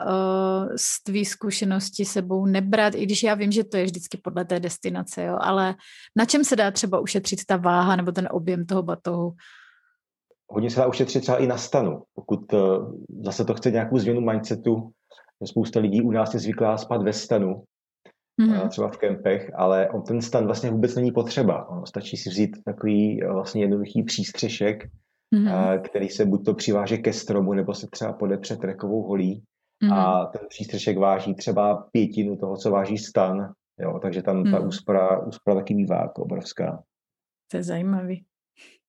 z tvý zkušenosti sebou nebrat, i když já vím, že to je vždycky podle té destinace, jo, ale na čem se dá třeba ušetřit ta váha nebo ten objem toho batohu? Hodně se dá ušetřit třeba i na stanu, pokud zase to chce nějakou změnu mindsetu. Spousta lidí u nás je zvyklá spát ve stanu, třeba v kempech, ale ten stan vlastně vůbec není potřeba. Stačí si vzít takový vlastně jednoduchý přístřešek, který se buď to přiváže ke stromu, nebo se třeba podepře trekovou holí a ten přístřešek váží třeba 1/5 toho, co váží stan. Jo, takže tam ta úspora taky bývá jako obrovská. To je zajímavý.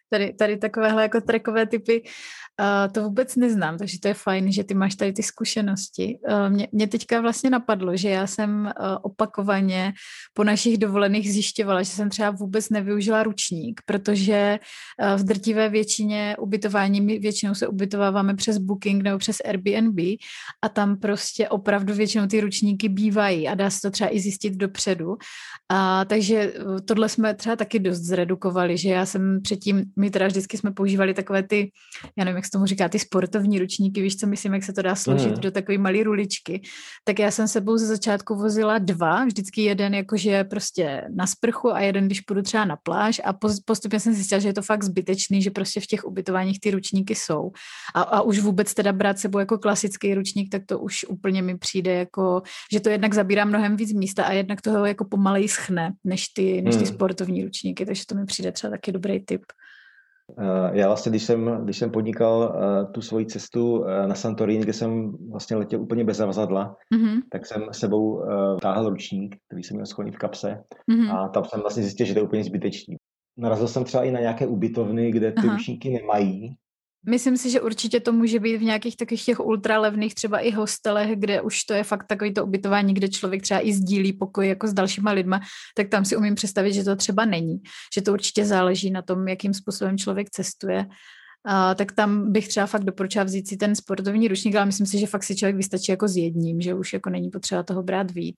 Tady takovéhle jako trackové typy to vůbec neznám, takže to je fajn, že ty máš tady ty zkušenosti. Mě teďka vlastně napadlo, že já jsem opakovaně po našich dovolených zjišťovala, že jsem třeba vůbec nevyužila ručník, protože v drtivé většině ubytování my většinou se ubytováváme přes Booking nebo přes Airbnb a tam prostě opravdu většinou ty ručníky bývají a dá se to třeba i zjistit dopředu. Takže tohle jsme třeba taky dost zredukovali, že já jsem předtím, my teda vždycky jsme používali takové ty, já nevím, jak se tomu říká, ty sportovní ručníky, víš co myslím, jak se to dá složit do takové malé ruličky, tak já jsem sebou ze začátku vozila 2, vždycky jeden jakože prostě na sprchu a jeden, když půjdu třeba na pláž a postupně jsem zjistila, že je to fakt zbytečný, že prostě v těch ubytováních ty ručníky jsou a už vůbec teda brát sebou jako klasický ručník, tak to už úplně mi přijde jako, že to jednak zabírá mnohem víc místa a jednak toho jako pomalej schne, než ty sportovní ručníky, takže to mi přijde třeba taky dobrý tip. Já vlastně, když jsem podnikal tu svoji cestu na Santorini, kde jsem vlastně letěl úplně bez zavazadla, tak jsem sebou táhl ručník, který jsem měl schovaný v kapse a tam jsem vlastně zjistil, že to je úplně zbytečný. Narazil jsem třeba i na nějaké ubytovny, kde ty ručníky nemají. Myslím si, že určitě to může být v nějakých takových těch ultralevných třeba i hostelech, kde už to je fakt takový to ubytování, kde člověk třeba i sdílí pokoj jako s dalšíma lidma, tak tam si umím představit, že to třeba není. Že to určitě záleží na tom, jakým způsobem člověk cestuje. Tak tam bych třeba fakt doporučila vzít si ten sportovní ručník, ale myslím si, že fakt si člověk vystačí jako s jedním, že už jako není potřeba toho brát víc.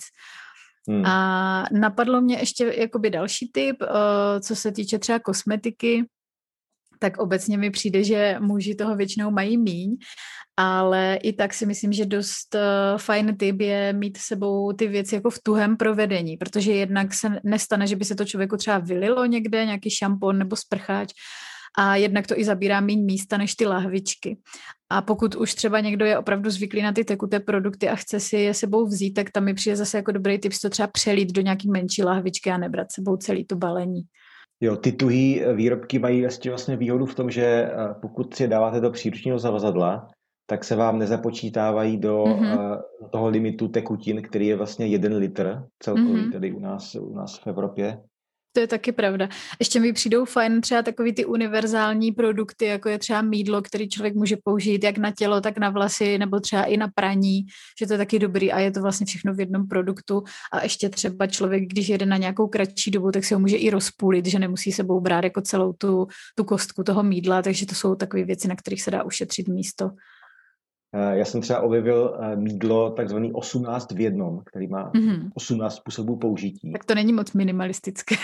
A napadlo mě ještě jakoby další tip, co se týče třeba kosmetiky, tak obecně mi přijde, že muži toho většinou mají míň, ale i tak si myslím, že dost fajn tip je mít s sebou ty věci jako v tuhém provedení, protože jednak se nestane, že by se to člověku třeba vylilo někde, nějaký šampon nebo sprcháč, a jednak to i zabírá méně místa než ty lahvičky. A pokud už třeba někdo je opravdu zvyklý na ty tekuté produkty a chce si je sebou vzít, tak tam mi přijde zase jako dobrý tip to třeba přelít do nějaký menší lahvičky a nebrat sebou celý to balení. Jo, ty tuhý výrobky mají vlastně výhodu v tom, že pokud si je dáváte do příručního zavazadla, tak se vám nezapočítávají do toho limitu tekutin, který je vlastně 1 litr celkový, tedy u nás v Evropě. To je taky pravda. Ještě mi přijdou fajn třeba takový ty univerzální produkty, jako je třeba mýdlo, který člověk může použít jak na tělo, tak na vlasy, nebo třeba i na praní, že to je taky dobrý a je to vlastně všechno v jednom produktu. A ještě třeba člověk, když jede na nějakou kratší dobu, tak si ho může i rozpůlit, že nemusí sebou brát jako celou tu kostku toho mýdla, takže to jsou takové věci, na kterých se dá ušetřit místo. Já jsem třeba objevil mýdlo takzvaný 18 v jednom, který má 18 způsobů použití. Tak to není moc minimalistické.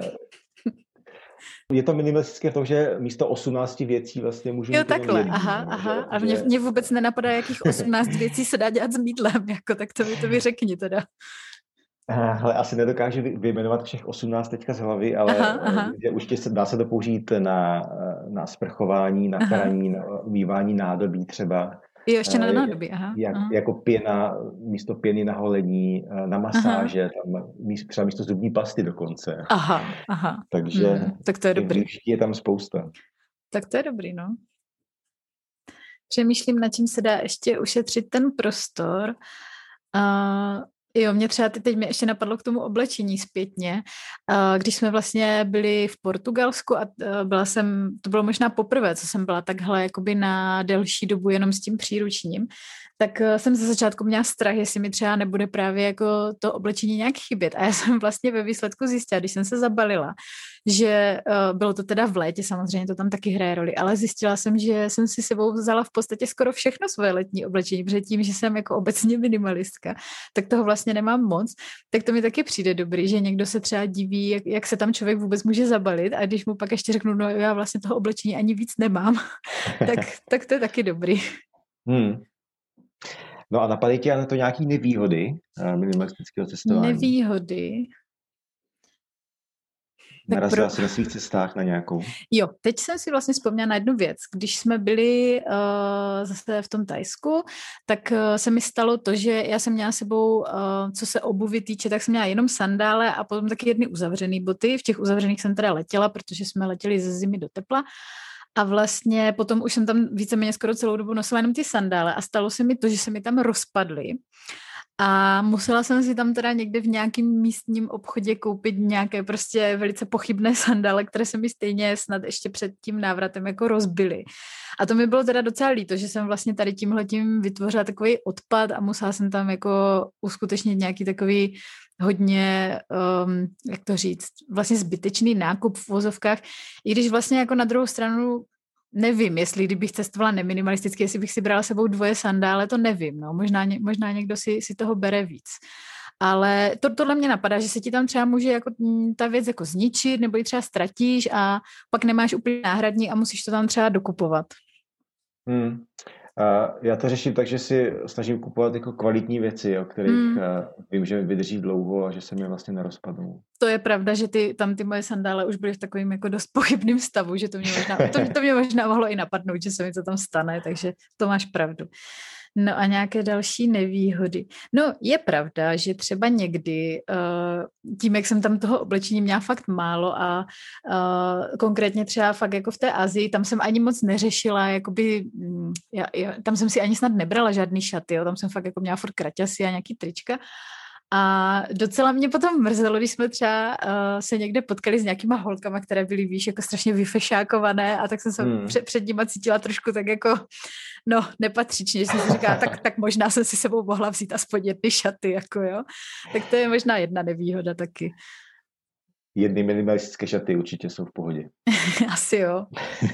Je to minimalistické v tom, že místo 18 věcí vlastně můžu... Jo, takhle, aha. A mě vůbec nenapadá, jakých 18 věcí se dá dělat s mýdlem, jako, tak to mi řekni teda. Ale asi nedokážu vyjmenovat všech 18 teďka z hlavy, ale určitě dá se to použít na sprchování, na praní, na umývání nádobí třeba. Jo, ještě na nádobí, jako pěna, místo pěny na holení, na masáže, tam třeba místo zubní pasty dokonce. Aha. Takže tak to je dobrý. Je tam spousta. Tak to je dobrý, no. Přemýšlím, na čím se dá ještě ušetřit ten prostor. Jo, mě třeba teď mě ještě napadlo k tomu oblečení zpětně. Když jsme vlastně byli v Portugalsku a to bylo možná poprvé, co jsem byla takhle jakoby na delší dobu jenom s tím příručním, tak jsem ze začátku měla strach, jestli mi třeba nebude právě jako to oblečení nějak chybět. A já jsem vlastně ve výsledku zjistila, když jsem se zabalila, že bylo to teda v létě, samozřejmě to tam taky hraje roli, ale zjistila jsem, že jsem si sebou vzala v podstatě skoro všechno svoje letní oblečení, protože tím, že jsem jako obecně minimalistka, tak toho vlastně nemám moc, tak to mi taky přijde dobrý, že někdo se třeba diví, jak se tam člověk vůbec může zabalit a když mu pak ještě řeknu, no já vlastně toho oblečení ani víc nemám, tak to je taky dobrý. No a napadají tě na to nějaký nevýhody minimalistického cestování? Nevýhody? Narazila jsi na svých cestách na nějakou? Jo, teď jsem si vlastně vzpomněla na jednu věc. Když jsme byli zase v tom Thajsku, tak se mi stalo to, že já jsem měla sebou, co se obuvy týče, tak jsem měla jenom sandále a potom taky jedny uzavřený boty. V těch uzavřených jsem teda letěla, protože jsme letěli ze zimy do tepla. A vlastně potom už jsem tam víceméně skoro celou dobu nosila jenom ty sandále a stalo se mi to, že se mi tam rozpadly. A musela jsem si tam teda někde v nějakém místním obchodě koupit nějaké prostě velice pochybné sandále, které se mi stejně snad ještě před tím návratem jako rozbily. A to mi bylo teda docela líto, že jsem vlastně tady tímhletím vytvořila takový odpad a musela jsem tam jako uskutečnit nějaký takový hodně, jak to říct, vlastně zbytečný nákup v vozovkách, i když vlastně jako na druhou stranu nevím, jestli kdybych cestovala neminimalisticky, jestli bych si brala sebou 2 sandále, to nevím, no. Možná někdo si toho bere víc. Ale tohle mě napadá, že se ti tam třeba může jako ta věc jako zničit, nebo ji třeba ztratíš a pak nemáš úplně náhradní a musíš to tam třeba dokupovat. Já to řeším tak, že si snažím kupovat jako kvalitní věci, o kterých vím, že mi vydrží dlouho a že se mi vlastně nerozpadnou. To je pravda, že tam ty moje sandále už byly v takovým jako dost pochybným stavu, že to mě možná mohlo i napadnout, že se mi to tam stane, takže to máš pravdu. No a nějaké další nevýhody. No je pravda, že třeba někdy tím, jak jsem tam toho oblečení měla fakt málo a konkrétně třeba fakt jako v té Asii, tam jsem ani moc neřešila, jakoby, tam jsem si ani snad nebrala žádný šaty, jo, tam jsem fakt jako měla furt kraťasy a nějaký trička. A docela mě potom mrzelo, když jsme třeba se někde potkali s nějakýma holkama, které byly, víš, jako strašně vyfešákované a tak jsem se před nima cítila trošku tak jako, no, nepatřičně, že jsem si říkala, tak možná jsem si sebou mohla vzít aspoň jedny šaty, jako jo. Tak to je možná jedna nevýhoda taky. Jedny minimalistické šaty určitě jsou v pohodě. Asi jo.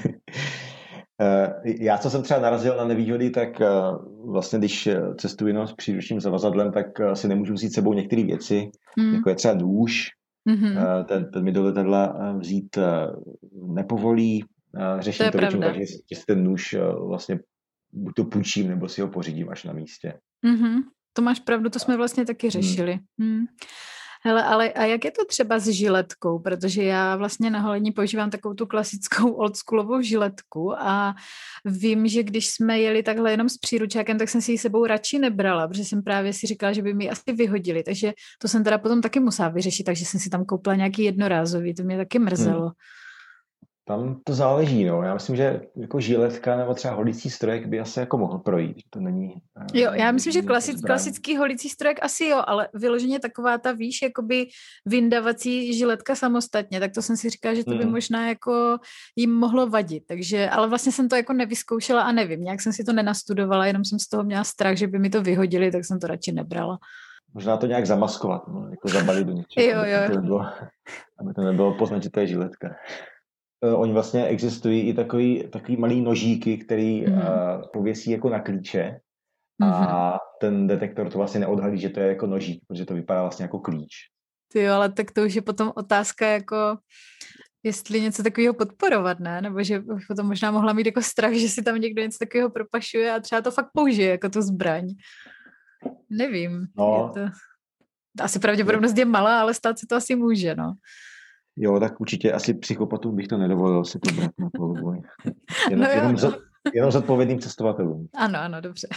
Já, co jsem třeba narazil na nevýhody, tak vlastně, když cestuji jenom s příručním zavazadlem, tak si nemůžu vzít sebou některé věci, jako je třeba nůž. Ten mi do letadla vzít nepovolí. Řeším to většinou tak, že si ten nůž vlastně buď to půjčím, nebo si ho pořídím až na místě. To máš pravdu, to jsme vlastně taky řešili. Hele, ale a jak je to třeba s žiletkou? Protože já vlastně na holení používám takovou tu klasickou oldschoolovou žiletku a vím, že když jsme jeli takhle jenom s příručákem, tak jsem si ji sebou radši nebrala, protože jsem právě si říkala, že by mi asi vyhodili, takže to jsem teda potom taky musela vyřešit, takže jsem si tam koupila nějaký jednorázový, to mě taky mrzelo. Tam to záleží, no. Já myslím, že jako žiletka nebo třeba holicí strojek by asi jako mohl projít. To není... Jo, já myslím, že klasický holicí strojek asi jo, ale vyloženě taková ta, víš, jakoby vyndavací žiletka samostatně, tak to jsem si říkala, že to by možná jako jim mohlo vadit, takže, ale vlastně jsem to jako nevyzkoušela a nevím, nějak jsem si to nenastudovala, jenom jsem z toho měla strach, že by mi to vyhodili, tak jsem to radši nebrala. Možná to nějak zamaskovat, no, jako zabalit do něčeho, aby to nebylo poznat, že to je žiletka. Oni vlastně existují i takový malý nožíky, který pověsí jako na klíče a ten detektor to vlastně neodhalí, že to je jako nožík, protože to vypadá vlastně jako klíč. Ty jo, ale tak to už je potom otázka jako, jestli něco takového podporovat, ne? Nebo že potom možná mohla mít jako strach, že si tam někdo něco takového propašuje a třeba to fakt použije jako tu zbraň. Nevím. No. Asi pravděpodobnost je malá, ale stát se to asi může, no. Jo, tak určitě asi psychopatům bych to nedovolil si to brát na poluboj. Jenom zodpovědným cestovatelům. Ano, dobře.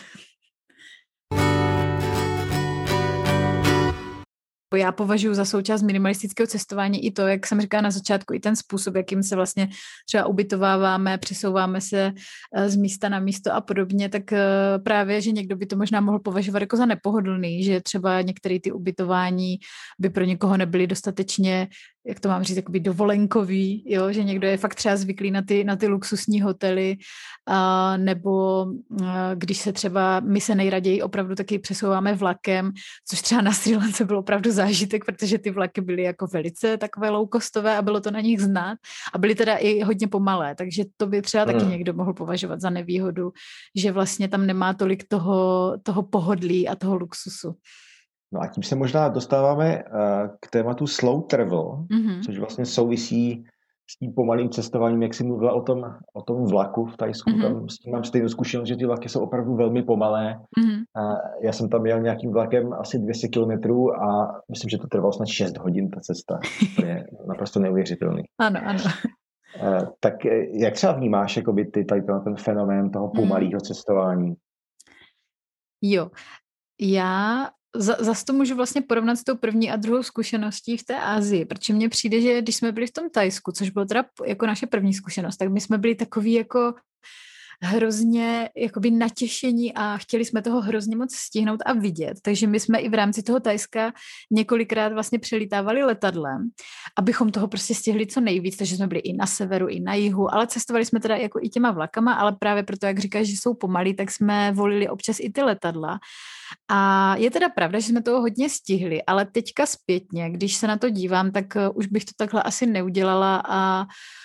Já považuji za součást minimalistického cestování i to, jak jsem říkala na začátku, i ten způsob, jakým se vlastně třeba ubytováváme, přesouváme se z místa na místo a podobně, tak právě, že někdo by to možná mohl považovat jako za nepohodlný, že třeba některé ty ubytování by pro někoho nebyly dostatečně, jak to mám říct, jakoby dovolenkový, jo? Že někdo je fakt třeba zvyklý na ty luxusní hotely, nebo když se třeba, my se nejraději opravdu taky přesouváme vlakem, což třeba na Srí Lance byl opravdu zážitek, protože ty vlaky byly jako velice takové low-costové a bylo to na nich znát a byly teda i hodně pomalé, takže to by třeba taky někdo mohl považovat za nevýhodu, že vlastně tam nemá tolik toho pohodlí a toho luxusu. No a tím se možná dostáváme k tématu slow travel, což vlastně souvisí s tím pomalým cestováním, jak jsi mluvila o tom vlaku v Thajsku. Tam s tím mám stejnou zkušenost, že ty vlaky jsou opravdu velmi pomalé. Já jsem tam jel nějakým vlakem asi 200 kilometrů a myslím, že to trvalo snad 6 hodin ta cesta. To je naprosto neuvěřitelný. Ano. Tak jak třeba vnímáš jakoby tady ten fenomén toho pomalého cestování? Jo, já zase to můžu vlastně porovnat s tou první a druhou zkušeností v té Asii, protože mně přijde, že když jsme byli v tom Thajsku, což bylo teda jako naše první zkušenost, tak my jsme byli takový jako hrozně jakoby natěšení a chtěli jsme toho hrozně moc stihnout a vidět. Takže my jsme i v rámci toho Thajska několikrát vlastně přelítávali letadlem, abychom toho prostě stihli co nejvíc, takže jsme byli i na severu, i na jihu, ale cestovali jsme teda jako i těma vlakama, ale právě proto, jak říkáš, že jsou pomalí, tak jsme volili občas i ty letadla. A je teda pravda, že jsme toho hodně stihli, ale teďka zpětně, když se na to dívám, tak už bych to takhle asi neudělala a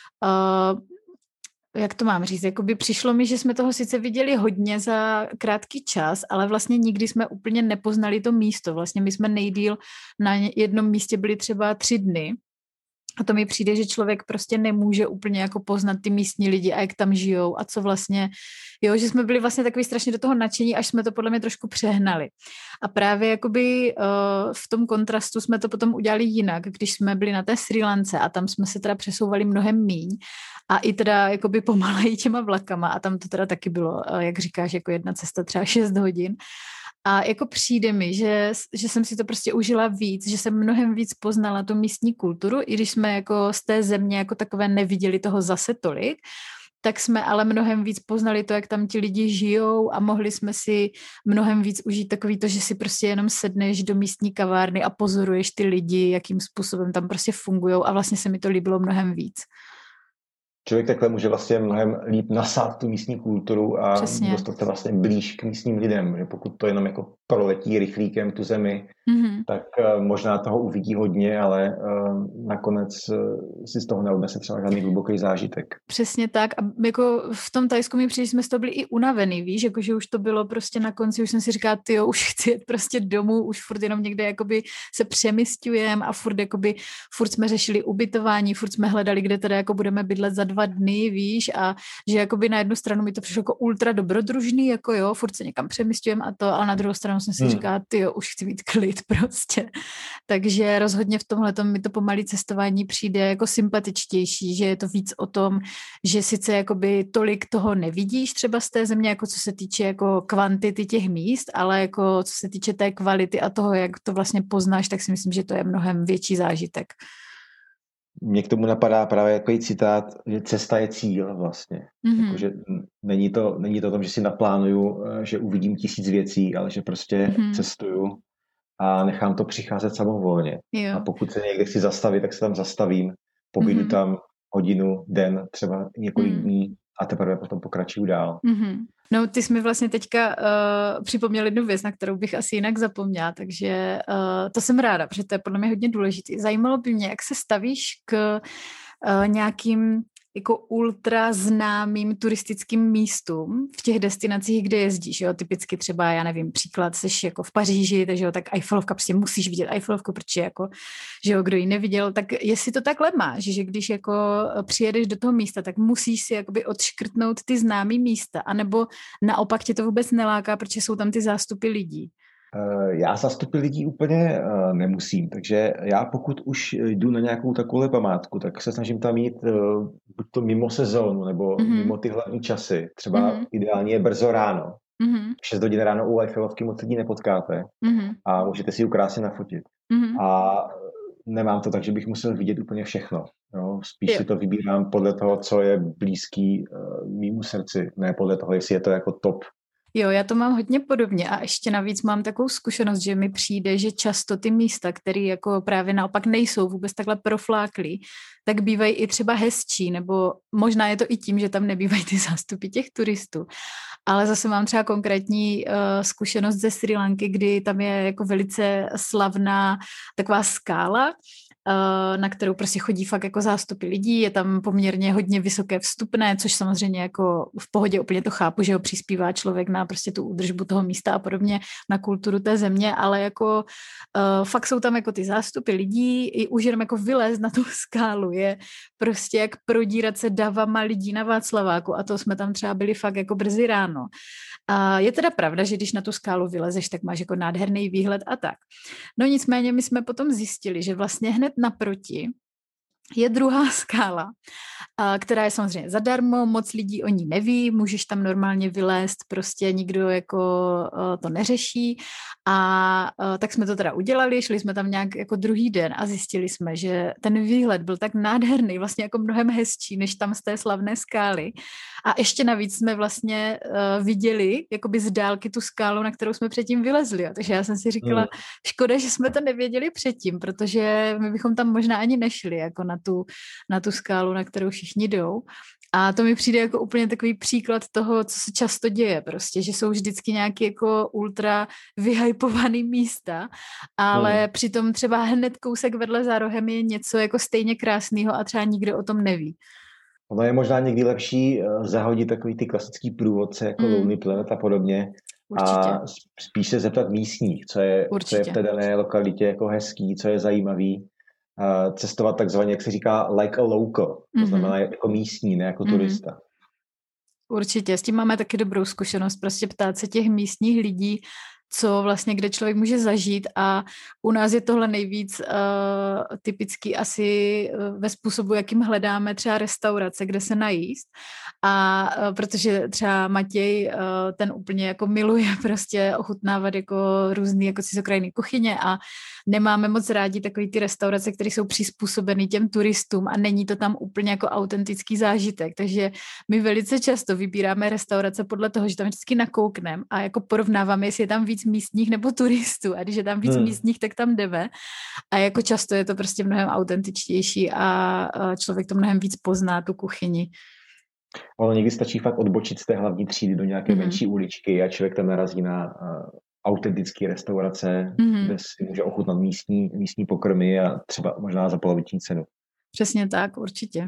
jak to mám říct, jakoby přišlo mi, že jsme toho sice viděli hodně za krátký čas, ale vlastně nikdy jsme úplně nepoznali to místo. Vlastně my jsme nejdýl na jednom místě byli třeba 3 dny. A to mi přijde, že člověk prostě nemůže úplně jako poznat ty místní lidi a jak tam žijou a co vlastně, jo, že jsme byli vlastně takový strašně do toho nadšení, až jsme to podle mě trošku přehnali. A právě jakoby v tom kontrastu jsme to potom udělali jinak, když jsme byli na té Srí Lance a tam jsme se teda přesouvali mnohem míň a i teda jakoby pomaleji těma vlakama a tam to teda taky bylo, jak říkáš, jako jedna cesta třeba 6 hodin. A jako přijde mi, že jsem si to prostě užila víc, že jsem mnohem víc poznala tu místní kulturu, i když jsme jako z té země jako takové neviděli toho zase tolik, tak jsme ale mnohem víc poznali to, jak tam ti lidi žijou a mohli jsme si mnohem víc užít takový to, že si prostě jenom sedneš do místní kavárny a pozoruješ ty lidi, jakým způsobem tam prostě fungujou a vlastně se mi to líbilo mnohem víc. Člověk takhle může vlastně mnohem líp nasát tu místní kulturu a dostat se vlastně blíž k místním lidem. Že pokud to jenom jako proletí rychlíkem tu zemi, tak možná toho uvidí hodně, ale nakonec si z toho neodnese třeba žádný hluboký zážitek. Přesně tak. A jako v tom Thajsku mi přijde, jsme z toho byli i unavený, víš, jakože už to bylo prostě na konci, už jsem si říkala, tyjo, už chci jet prostě domů, už furt jenom někde jakoby se přemysťujeme a furt jsme řešili ubytování, furt jsme hledali, kde teda jako budeme bydlet za 2 dny, víš, a že jakoby na jednu stranu mi to přišlo jako ultra dobrodružný, jako jo, furt se někam přemysťujeme a to, ale na druhou stranu jsem si říkala, tyjo, už chci mít klid prostě. Takže rozhodně v tomhletom mi to pomalý cestování přijde jako sympatičtější, že je to víc o tom, že sice jakoby tolik toho nevidíš třeba z té země, jako co se týče jako kvantity těch míst, ale jako co se týče té kvality a toho, jak to vlastně poznáš, tak si myslím, že to je mnohem větší zážitek. Mně k tomu napadá právě takový citát, že cesta je cíl vlastně. Jako, že není to o tom, že si naplánuju, že uvidím 1000 věcí, ale že prostě cestuju a nechám to přicházet samovolně. Jo. A pokud se někde chci zastavit, tak se tam zastavím, pobydu tam hodinu, den, třeba několik dní a teprve potom pokračuju dál. No, ty jsi mi vlastně teďka připomněl jednu věc, na kterou bych asi jinak zapomněla, takže to jsem ráda, protože to je podle mě hodně důležité. Zajímalo by mě, jak se stavíš k nějakým jako ultra známým turistickým místům v těch destinacích, kde jezdíš, jo, typicky třeba, já nevím, příklad, seš jako v Paříži, takže jo, tak Eiffelovka, prostě musíš vidět Eiffelovku, protože jako, že jo, kdo ji neviděl, tak jestli to takhle máš, že když jako přijedeš do toho místa, tak musíš si jakoby odškrtnout ty známý místa, anebo naopak tě to vůbec neláká, protože jsou tam ty zástupy lidí. Já zástupy lidí úplně nemusím, takže já pokud už jdu na nějakou takovou památku, tak se snažím tam jít buď to mimo sezónu, nebo mimo ty hlavní časy. Třeba ideálně je brzo ráno. 6 hodin ráno u Eiffelovky moc lidí nepotkáte a můžete si ji krásně nafotit. A nemám to tak, že bych musel vidět úplně všechno. Jo? Spíš si to vybírám podle toho, co je blízký mýmu srdci, ne podle toho, jestli je to jako top. Jo, já to mám hodně podobně a ještě navíc mám takovou zkušenost, že mi přijde, že často ty místa, které jako právě naopak nejsou vůbec takhle profláklí, tak bývají i třeba hezčí, nebo možná je to i tím, že tam nebývají ty zástupy těch turistů. Ale zase mám třeba konkrétní zkušenost ze Srí Lanky, kdy tam je jako velice slavná taková skála, na kterou prostě chodí fakt jako zástupy lidí, je tam poměrně hodně vysoké vstupné, což samozřejmě jako v pohodě úplně to chápu, že ho přispívá člověk na prostě tu údržbu toho místa a podobně, na kulturu té země, ale jako fakt jsou tam jako ty zástupy lidí, i už jenom jako vylézt na tu skálu je prostě jak prodírat se davama lidí na Václaváku a to jsme tam třeba byli fakt jako brzy ráno. A je teda pravda, že když na tu skálu vylezeš, tak máš jako nádherný výhled a tak. No nicméně my jsme potom zjistili, že vlastně hned naproti je druhá skála, která je samozřejmě zadarmo, moc lidí o ní neví, můžeš tam normálně vylézt, prostě nikdo jako to neřeší a tak jsme to teda udělali, šli jsme tam nějak jako druhý den a zjistili jsme, že ten výhled byl tak nádherný, vlastně jako mnohem hezčí, než tam z té slavné skály a ještě navíc jsme vlastně viděli jakoby z dálky tu skálu, na kterou jsme předtím vylezli, takže já jsem si říkala, škoda, že jsme to nevěděli předtím, protože my bychom tam možná ani nešli, jako na tu skálu, na kterou všichni jdou. A to mi přijde jako úplně takový příklad toho, co se často děje prostě, že jsou vždycky nějaké jako ultra vyhypované místa, ale přitom třeba hned kousek vedle za rohem je něco jako stejně krásného a třeba nikdo o tom neví. Ono je možná někdy lepší zahodit takový ty klasický průvodce jako Lonely Planet a podobně. Určitě. A spíš se zeptat místních, co je v té dané lokalitě jako hezký, co je zajímavý. Cestovat takzvaně, jak se říká, like a local. To znamená jako místní, ne jako turista. Určitě, s tím máme taky dobrou zkušenost, prostě ptát se těch místních lidí, co vlastně, kde člověk může zažít a u nás je tohle nejvíc typický asi ve způsobu, jakým hledáme třeba restaurace, kde se najíst a protože třeba Matěj ten úplně jako miluje prostě ochutnávat jako různý jako cizokrajné kuchyně a nemáme moc rádi takový ty restaurace, které jsou přizpůsobeny těm turistům a není to tam úplně jako autentický zážitek, takže my velice často vybíráme restaurace podle toho, že tam vždycky nakoukneme a jako porovnáváme, jestli je tam víc místních nebo turistů a když je tam víc místních, tak tam jdeme a jako často je to prostě mnohem autentičtější a člověk to mnohem víc pozná, tu kuchyni. Ono někdy stačí fakt odbočit z té hlavní třídy do nějaké menší uličky a člověk tam narazí na autentické restaurace, kde si může ochutnat místní pokrmy a třeba možná za poloviční cenu. Přesně tak, určitě.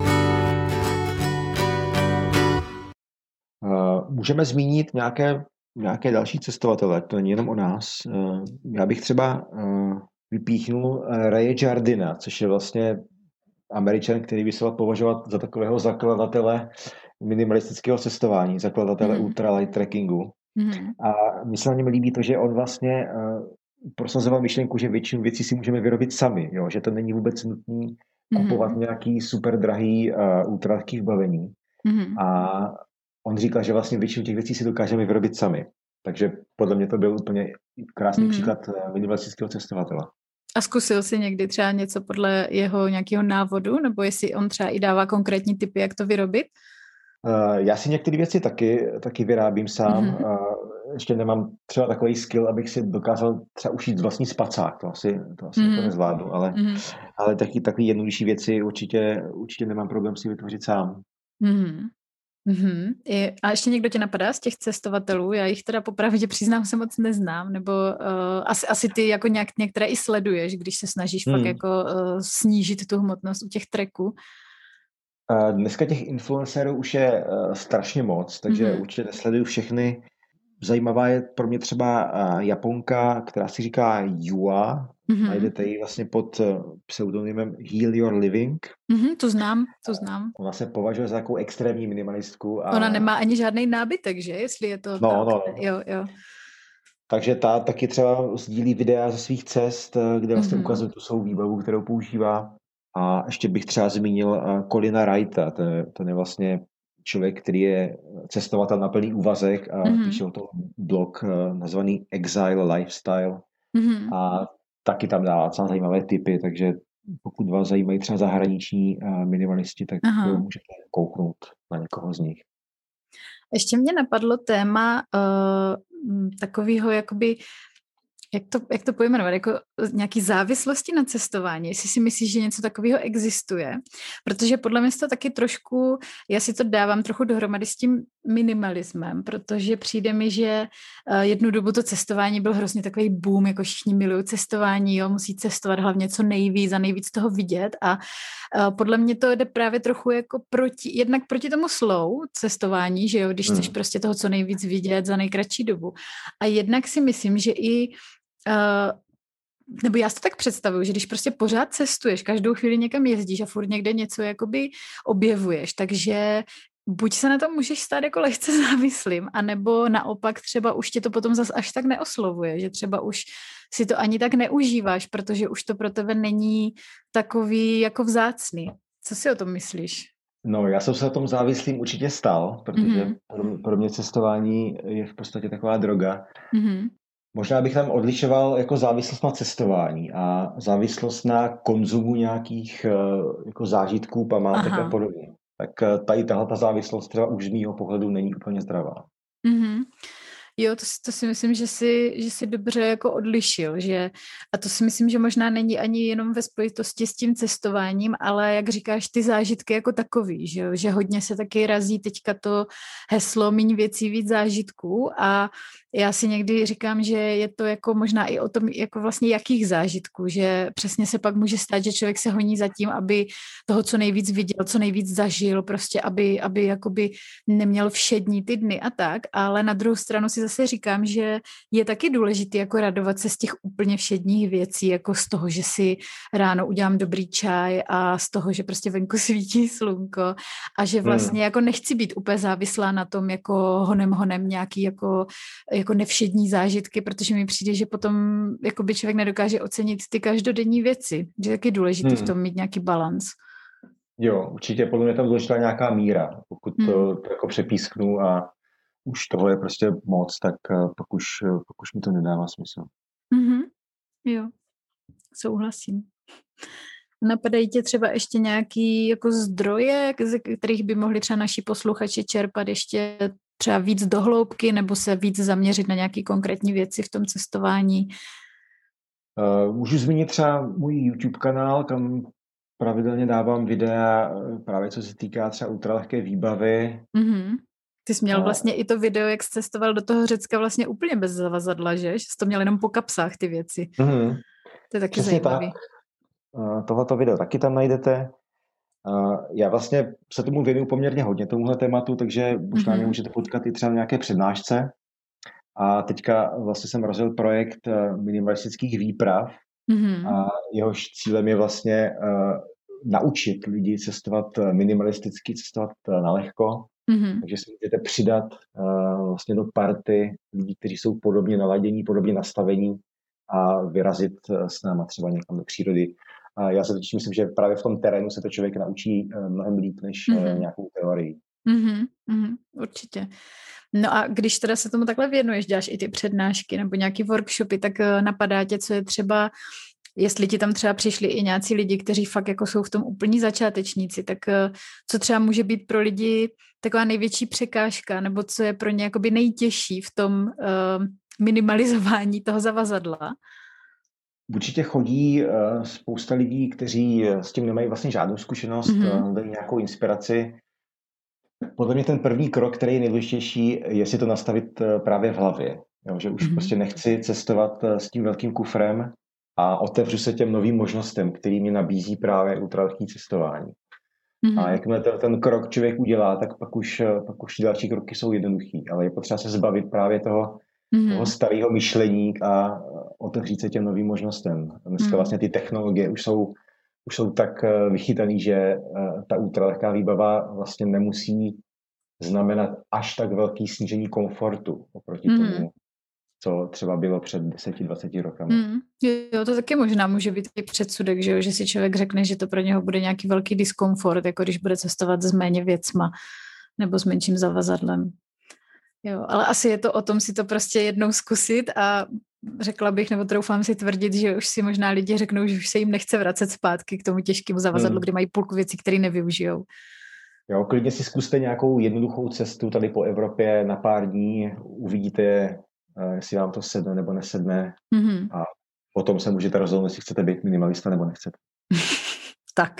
Můžeme zmínit nějaké další cestovatele, to není jenom o nás. Já bych třeba vypíchnul Raye Jardina, což je vlastně Američan, který by se dal považovat za takového zakladatele minimalistického cestování, zakladatele ultralight trekkingu. A mně se na něm líbí to, že on vlastně prosazoval myšlenku, že většinu věcí si můžeme vyrobit sami, jo? Že to není vůbec nutný kupovat nějaký super drahý ultralehký vybavení. A on říkal, že vlastně většinu těch věcí si dokážeme vyrobit sami. Takže podle mě to byl úplně krásný příklad minimalistického cestovatele. A zkusil jsi někdy třeba něco podle jeho nějakého návodu, nebo jestli on třeba i dává konkrétní tipy, jak to vyrobit? Já si některé věci taky vyrábím sám. Ještě nemám třeba takový skill, abych si dokázal třeba ušít vlastní spacák. To asi jako nezvládnu, ale taky jednodušší věci určitě nemám problém si vytvořit sám. A ještě někdo tě napadá z těch cestovatelů? Já jich teda popravdě přiznám se moc neznám, nebo asi ty jako některé i sleduješ, když se snažíš fakt jako snížit tu hmotnost u těch treků. Dneska těch influencerů už je strašně moc, takže určitě nesleduju všechny. Zajímavá je pro mě třeba Japonka, která si říká Yua. Najdete ji vlastně pod pseudonymem Heal Your Living. To znám. Ona se považuje za takovou extrémní minimalistku. Ona nemá ani žádný nábytek, že? Jestli je to tak. Jo. Takže ta taky třeba sdílí videa ze svých cest, kde vlastně ukazuje tu svou výbavu, kterou používá. A ještě bych třeba zmínil Colina Wrighta. Ten je vlastně člověk, který je cestovatel na plný úvazek a píše o tom blog nazvaný Exile Lifestyle. A taky tam dává docela zajímavé tipy, takže pokud vás zajímají třeba zahraniční minimalisti, tak můžete kouknout na někoho z nich. Ještě mě napadlo téma takového jakoby jak to pojmenovat, jako nějaký závislosti na cestování, jestli si myslíš, že něco takového existuje, protože podle mě to taky trošku, já si to dávám trochu dohromady s tím minimalismem, protože přijde mi, že jednu dobu to cestování byl hrozně takový boom, jako všichni milují cestování, jo, musí cestovat hlavně co nejvíc a nejvíc toho vidět a podle mě to jde právě trochu jako jednak proti tomu slow cestování, že jo, když chceš prostě toho co nejvíc vidět za nejkratší dobu a jednak si myslím, že i nebo já si to tak představuju, že když prostě pořád cestuješ, každou chvíli někam jezdíš a furt někde něco jakoby objevuješ, takže buď se na to můžeš stát jako lehce závislým, anebo naopak třeba už tě to potom zas až tak neoslovuje, že třeba už si to ani tak neužíváš, protože už to pro tebe není takový jako vzácný. Co si o tom myslíš? No, já jsem se na tom závislým určitě stal, protože pro mě cestování je v podstatě taková droga. Možná bych tam odlišoval jako závislost na cestování a závislost na konzumu nějakých jako zážitků, památek a podobně. Tak tady tahleta závislost třeba už z mýho pohledu není úplně zdravá. Jo, to si myslím, že jsi dobře jako odlišil, že a to si myslím, že možná není ani jenom ve spojitosti s tím cestováním, ale jak říkáš, ty zážitky jako takový, že hodně se taky razí teďka to heslo míň věcí, víc zážitků a já si někdy říkám, že je to jako možná i o tom, jako vlastně jakých zážitků, že přesně se pak může stát, že člověk se honí za tím, aby toho co nejvíc viděl, co nejvíc zažil, prostě aby jakoby neměl všední ty dny a tak, ale na druhou stranu si zase říkám, že je taky důležité jako radovat se z těch úplně všedních věcí, jako z toho, že si ráno udělám dobrý čaj a z toho, že prostě venku svítí slunko a že vlastně jako nechci být úplně závislá na tom jako honem nějaký jako nevšední zážitky, protože mi přijde, že potom jakoby člověk nedokáže ocenit ty každodenní věci. Že je taky důležité v tom mít nějaký balans. Jo, určitě podle mě tam důležitá nějaká míra. Pokud to jako přepísknu a už toho je prostě moc, tak pak už mi to nedává smysl. Jo, souhlasím. Napadají tě třeba ještě nějaký jako zdroje, ze kterých by mohli třeba naši posluchači čerpat ještě třeba víc do hloubky nebo se víc zaměřit na nějaké konkrétní věci v tom cestování? Můžu zmínit třeba můj YouTube kanál, kam pravidelně dávám videa právě co se týká třeba ultralehké výbavy. Ty jsi měl vlastně i to video, jak jsi cestoval do toho Řecka vlastně úplně bez zavazadla, že? Že jsi to měl jenom po kapsách ty věci. To je taky přesně zajímavý. Tohleto video taky tam najdete. Já vlastně se tomu věnuju poměrně hodně, tomuhle tématu, takže možná mě můžete potkat i třeba v nějaké přednášce. A teďka vlastně jsem rozjel projekt minimalistických výprav a jehož cílem je vlastně naučit lidi cestovat minimalisticky, cestovat nalehko. Takže si můžete přidat vlastně do party lidí, kteří jsou podobně naladění, podobně nastavení a vyrazit s náma třeba někam do přírody. A já se totiž myslím, že právě v tom terénu se to člověk naučí mnohem líp než nějakou teorii. Určitě. No a když teda se tomu takhle věnuješ, děláš i ty přednášky nebo nějaký workshopy, tak napadá tě, co je třeba, jestli ti tam třeba přišli i nějací lidi, kteří fakt jako jsou v tom úplní začátečníci, tak co třeba může být pro lidi taková největší překážka, nebo co je pro ně jakoby nejtěžší v tom minimalizování toho zavazadla? Určitě chodí spousta lidí, kteří s tím nemají vlastně žádnou zkušenost, hledají nějakou inspiraci. Podle mě ten první krok, který je nejdůležitější, je si to nastavit právě v hlavě. Jo, že už prostě nechci cestovat s tím velkým kufrem a otevřu se těm novým možnostem, který mě nabízí právě ultralehký cestování. A jakmile ten krok člověk udělá, tak pak už další kroky jsou jednoduchý, ale je potřeba se zbavit právě toho starého myšlení a otevřít se těm novým možnostem. Dneska vlastně ty technologie už jsou tak vychytaný, že ta ultralehká výbava vlastně nemusí znamenat až tak velký snížení komfortu oproti tomu, co třeba bylo před 10-20 rokami. Jo, to taky možná může být i předsudek, že si člověk řekne, že to pro něho bude nějaký velký diskomfort, jako když bude cestovat s méně věcma nebo s menším zavazadlem. Jo, ale asi je to o tom si to prostě jednou zkusit a řekla bych, nebo troufám si tvrdit, že už si možná lidi řeknou, že už se jim nechce vracet zpátky k tomu těžkému zavazadlu, kde mají půlku věcí, které nevyužijou. Jo, klidně si zkuste nějakou jednoduchou cestu tady po Evropě na pár dní, uvidíte, jestli vám to sedne nebo nesedne a potom se můžete rozhodnout, jestli chcete být minimalista nebo nechcete. Tak.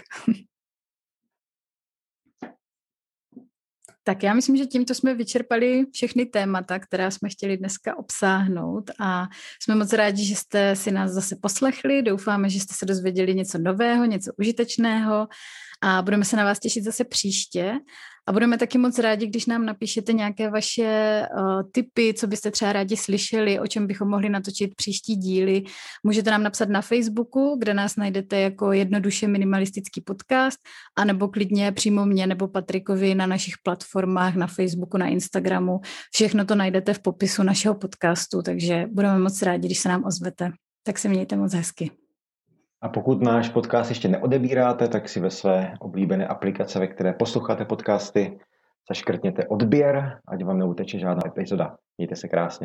Tak já myslím, že tímto jsme vyčerpali všechny témata, která jsme chtěli dneska obsáhnout a jsme moc rádi, že jste si nás zase poslechli. Doufáme, že jste se dozvěděli něco nového, něco užitečného a budeme se na vás těšit zase příště. A budeme taky moc rádi, když nám napíšete nějaké vaše tipy, co byste třeba rádi slyšeli, o čem bychom mohli natočit příští díly. Můžete nám napsat na Facebooku, kde nás najdete jako Jednoduše minimalistický podcast, anebo klidně přímo mě nebo Patrikovi na našich platformách, na Facebooku, na Instagramu. Všechno to najdete v popisu našeho podcastu, takže budeme moc rádi, když se nám ozvete. Tak se mějte moc hezky. A pokud náš podcast ještě neodebíráte, tak si ve své oblíbené aplikace, ve které posloucháte podcasty, zaškrtněte odběr, ať vám neuteče žádná epizoda. Mějte se krásně.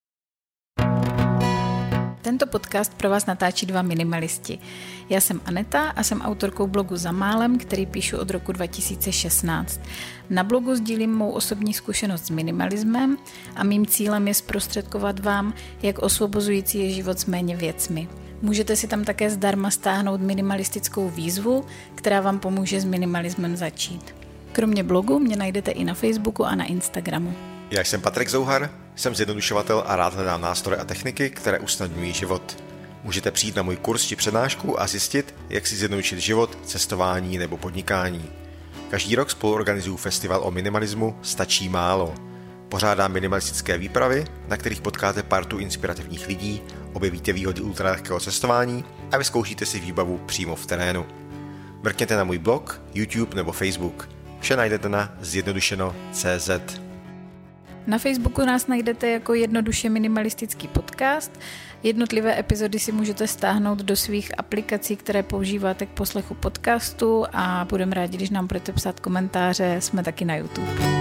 Tento podcast pro vás natáčí 2 minimalisti. Já jsem Aneta a jsem autorkou blogu Za málem, který píšu od roku 2016. Na blogu sdílím mou osobní zkušenost s minimalismem a mým cílem je zprostředkovat vám, jak osvobozující je život s méně věcmi. Můžete si tam také zdarma stáhnout minimalistickou výzvu, která vám pomůže s minimalismem začít. Kromě blogu mě najdete i na Facebooku a na Instagramu. Já jsem Patrik Zouhar, jsem zjednodušovatel a rád hledám nástroje a techniky, které usnadňují život. Můžete přijít na můj kurz či přednášku a zjistit, jak si zjednodušit život, cestování nebo podnikání. Každý rok spoluorganizuju festival o minimalismu Stačí málo. Pořádám minimalistické výpravy, na kterých potkáte partu inspirativních lidí, objevíte výhody ultralehkého cestování a vyzkoušíte si výbavu přímo v terénu. Mrkněte na můj blog, YouTube nebo Facebook. Vše najdete na zjednodušeno.cz. Na Facebooku nás najdete jako Jednoduše minimalistický podcast. Jednotlivé epizody si můžete stáhnout do svých aplikací, které používáte k poslechu podcastu, a budeme rádi, když nám budete psát komentáře. Jsme taky na YouTube.